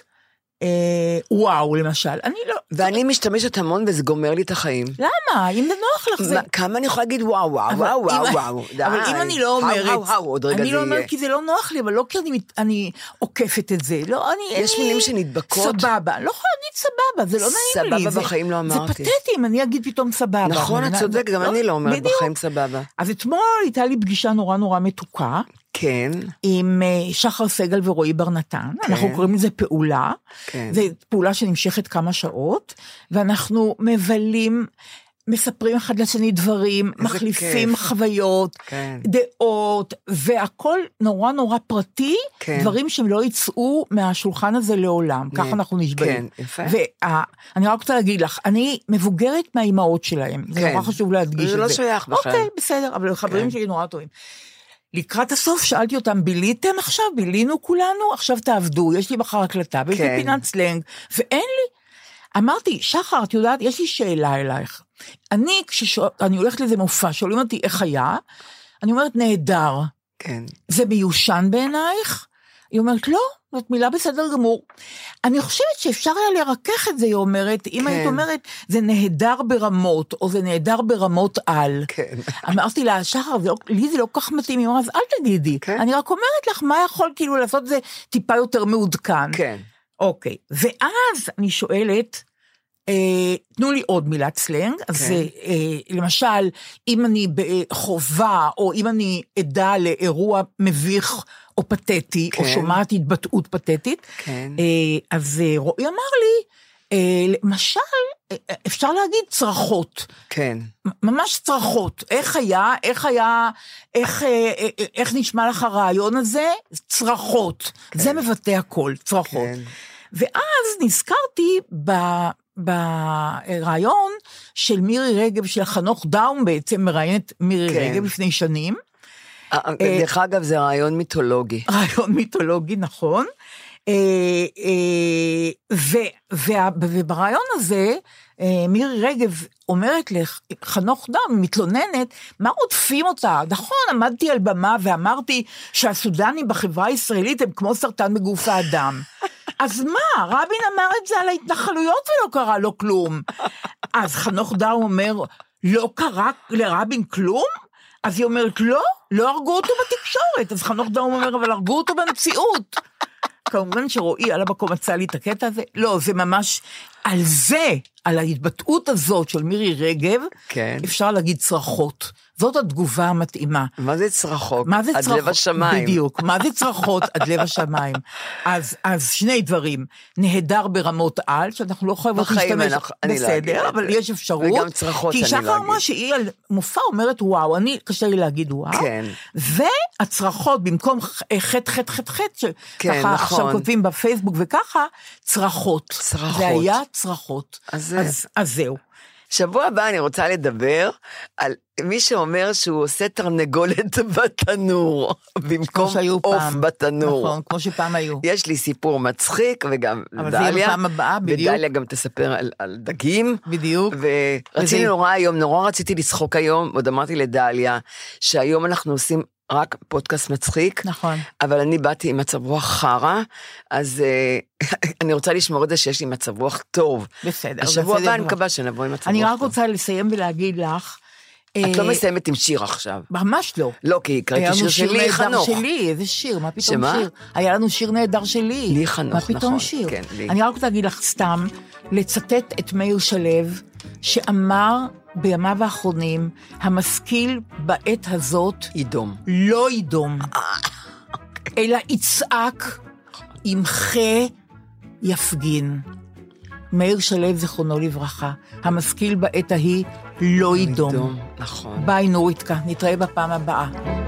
אה, וואו, למשל, אני לא... ואני משתמשת המון וזה גומר לי את החיים. למה? אם זה נוח לך זה... כמה אני יכולה להגיד וואו, וואו, וואו, וואו, וואו. אבל אם אני לא אומרת... אני לא אומרת כי זה לא נוח לי, אבל לא כי אני עוקפת את זה. יש מילים שנדבקות. סבבה. לא יכולה להגיד סבבה, זה לא נעים לי. סבבה בחיים לא אמרתי. זה פתטי אם אני אגיד פתאום סבבה. נכון, את צודק, גם אני לא אומרת בחיים סבבה. אז אתמול הייתה לי פגישה נורא נורא מתוקה. כן. עם שחר סגל ורועי בר נתן, כן. אנחנו קוראים לזה פעולה, כן. זו פעולה שנמשכת כמה שעות, ואנחנו מבלים, מספרים אחד לשני דברים, מחליפים כיף. חוויות, כן. דעות, והכל נורא נורא פרטי, כן. דברים שהם לא יצאו מהשולחן הזה לעולם, כן. ככה אנחנו נשבעים. כן, יפה. ואני רק רוצה להגיד לך, אני מבוגרת מהאימהות שלהם, כן. זה נורא חשוב להדגיש את זה. זה לא שייך בכלל. אוקיי, בסדר, אבל חברים כן. שלי נורא טובים. לקראת הסוף שאלתי אותם, ביליתם עכשיו? בילינו כולנו? עכשיו תעבדו, יש לי מחר הקלטה, ויש לי פינת סלנג, ואין לי. אמרתי, שחר, את יודעת, יש לי שאלה אלייך. אני, כשאני הולכת לזה מופע, שואלים אותי איך היה, אני אומרת, נהדר. כן. זה מיושן בעינייך? היא אומרת, לא, זאת מילה בסדר גמור. אני חושבת שאפשר היה לרכך את זה, היא אומרת, אם היית אומרת, זה נהדר ברמות, או זה נהדר ברמות על. כן. אמרתי לה, שחר, לי זה לא כך מתאים, היא אומרת, אז אל תגידי. אני רק אומרת לך, מה יכול כאילו לעשות זה טיפה יותר מעודכן. כן. אוקיי, ואז אני שואלת, תנו לי עוד מילת סלנג, אז למשל, אם אני בחובה, או אם אני עדה לאירוע מביך, או פתטי, או שומעת התבטאות פתטית, אז רועי אמר לי, למשל, אפשר להגיד צרחות. כן. ממש צרחות. איך היה, איך היה, איך, איך נשמע לך הרעיון הזה? צרחות. זה מבטא הכל, צרחות. ואז נזכרתי ב... ברעיון של מירי רגב, של חנוך דאום בעצם, מראיינת מירי כן. רגב לפני שנים. דרך אגב, זה רעיון מיתולוגי. רעיון מיתולוגי, נכון. וברעיון הזה, מירי רגב אומרת לך, חנוך דאום, מתלוננת, מה עודפים אותה? נכון, עמדתי על במה ואמרתי שהסודנים בחברה הישראלית הם כמו סרטן בגוף האדם. אז מה? רבין אמר את זה על ההתנחלויות ולא קרה לו כלום. אז חנוך דאום אומר, לא קרה לרבין כלום? אז היא אומרת, לא, לא הרגו אותו בתקשורת. אז חנוך דאום אומר, אבל הרגו אותו במציאות. כמובן שרועי על המקום מצא לי את הקטע הזה. לא, זה ממש על זה, על ההתבטאות הזאת של מירי רגב, כן. אפשר להגיד צרחות. זאת התגובה המתאימה. מה זה צרחות? מה זה עד צרחות? לב השמיים. בדיוק, מה זה צרחות עד לב השמיים? אז, אז שני דברים, נהדר ברמות על, שאנחנו לא חייבות להשתמש, אנחנו, בסדר, לא אבל יש אפשרות. וגם צרחות אני לא אגיד. כי שחר אמרה שהיא על מופע אומרת וואו, אני קשה לי להגיד וואו. כן. והצרחות, במקום חט חט חט חט, שככה כן, נכון. עכשיו כותבים בפייסבוק וככה, צרחות. צרחות. זה היה צרחות. אז, אז, אז זהו. שבוע הבא אני רוצה לדבר על מי שאומר שהוא עושה תרנגולת בתנור, במקום עוף בתנור. נכון, כמו שפעם היו. יש לי סיפור מצחיק, וגם אבל דליה. זה יהיה בפעם הבאה, בדיוק. ודליה גם תספר על, על דגים. בדיוק. ורציתי וזה... נורא היום, נורא רציתי לשחוק היום, עוד אמרתי לדליה, שהיום אנחנו עושים רק פודקאסט מצחיק. נכון. אבל אני באתי עם מצב רוח חרה, אז אני רוצה לשמור את זה שיש לי מצב רוח טוב. בסדר. השבוע הבא אני מקווה שנבוא עם מצב רוח טוב. אני רק רוצה לסיים ולהגיד לך, את לא מסיימת עם שיר עכשיו. ממש לא. לא, כי קראתי שיר שלי, חנוך. היה לנו שיר נהדר שלי, איזה שיר, מה פתאום שמה? שיר? היה לנו שיר נהדר שלי. לי חנוך, נכון. מה פתאום שיר? כן, לי. אני רק רוצה להגיד לך סתם, לצטט את מאיר שלו, שאמר בימיו האחרונים, המשכיל בעת הזאת, ידום. לא ידום, אלא יצעק, ימחה, יפגין. מאיר שלו זכרונו לברכה, המשכיל בעת ההיא לא ידום. נכון. ביי נוריתקה, נתראה בפעם הבאה.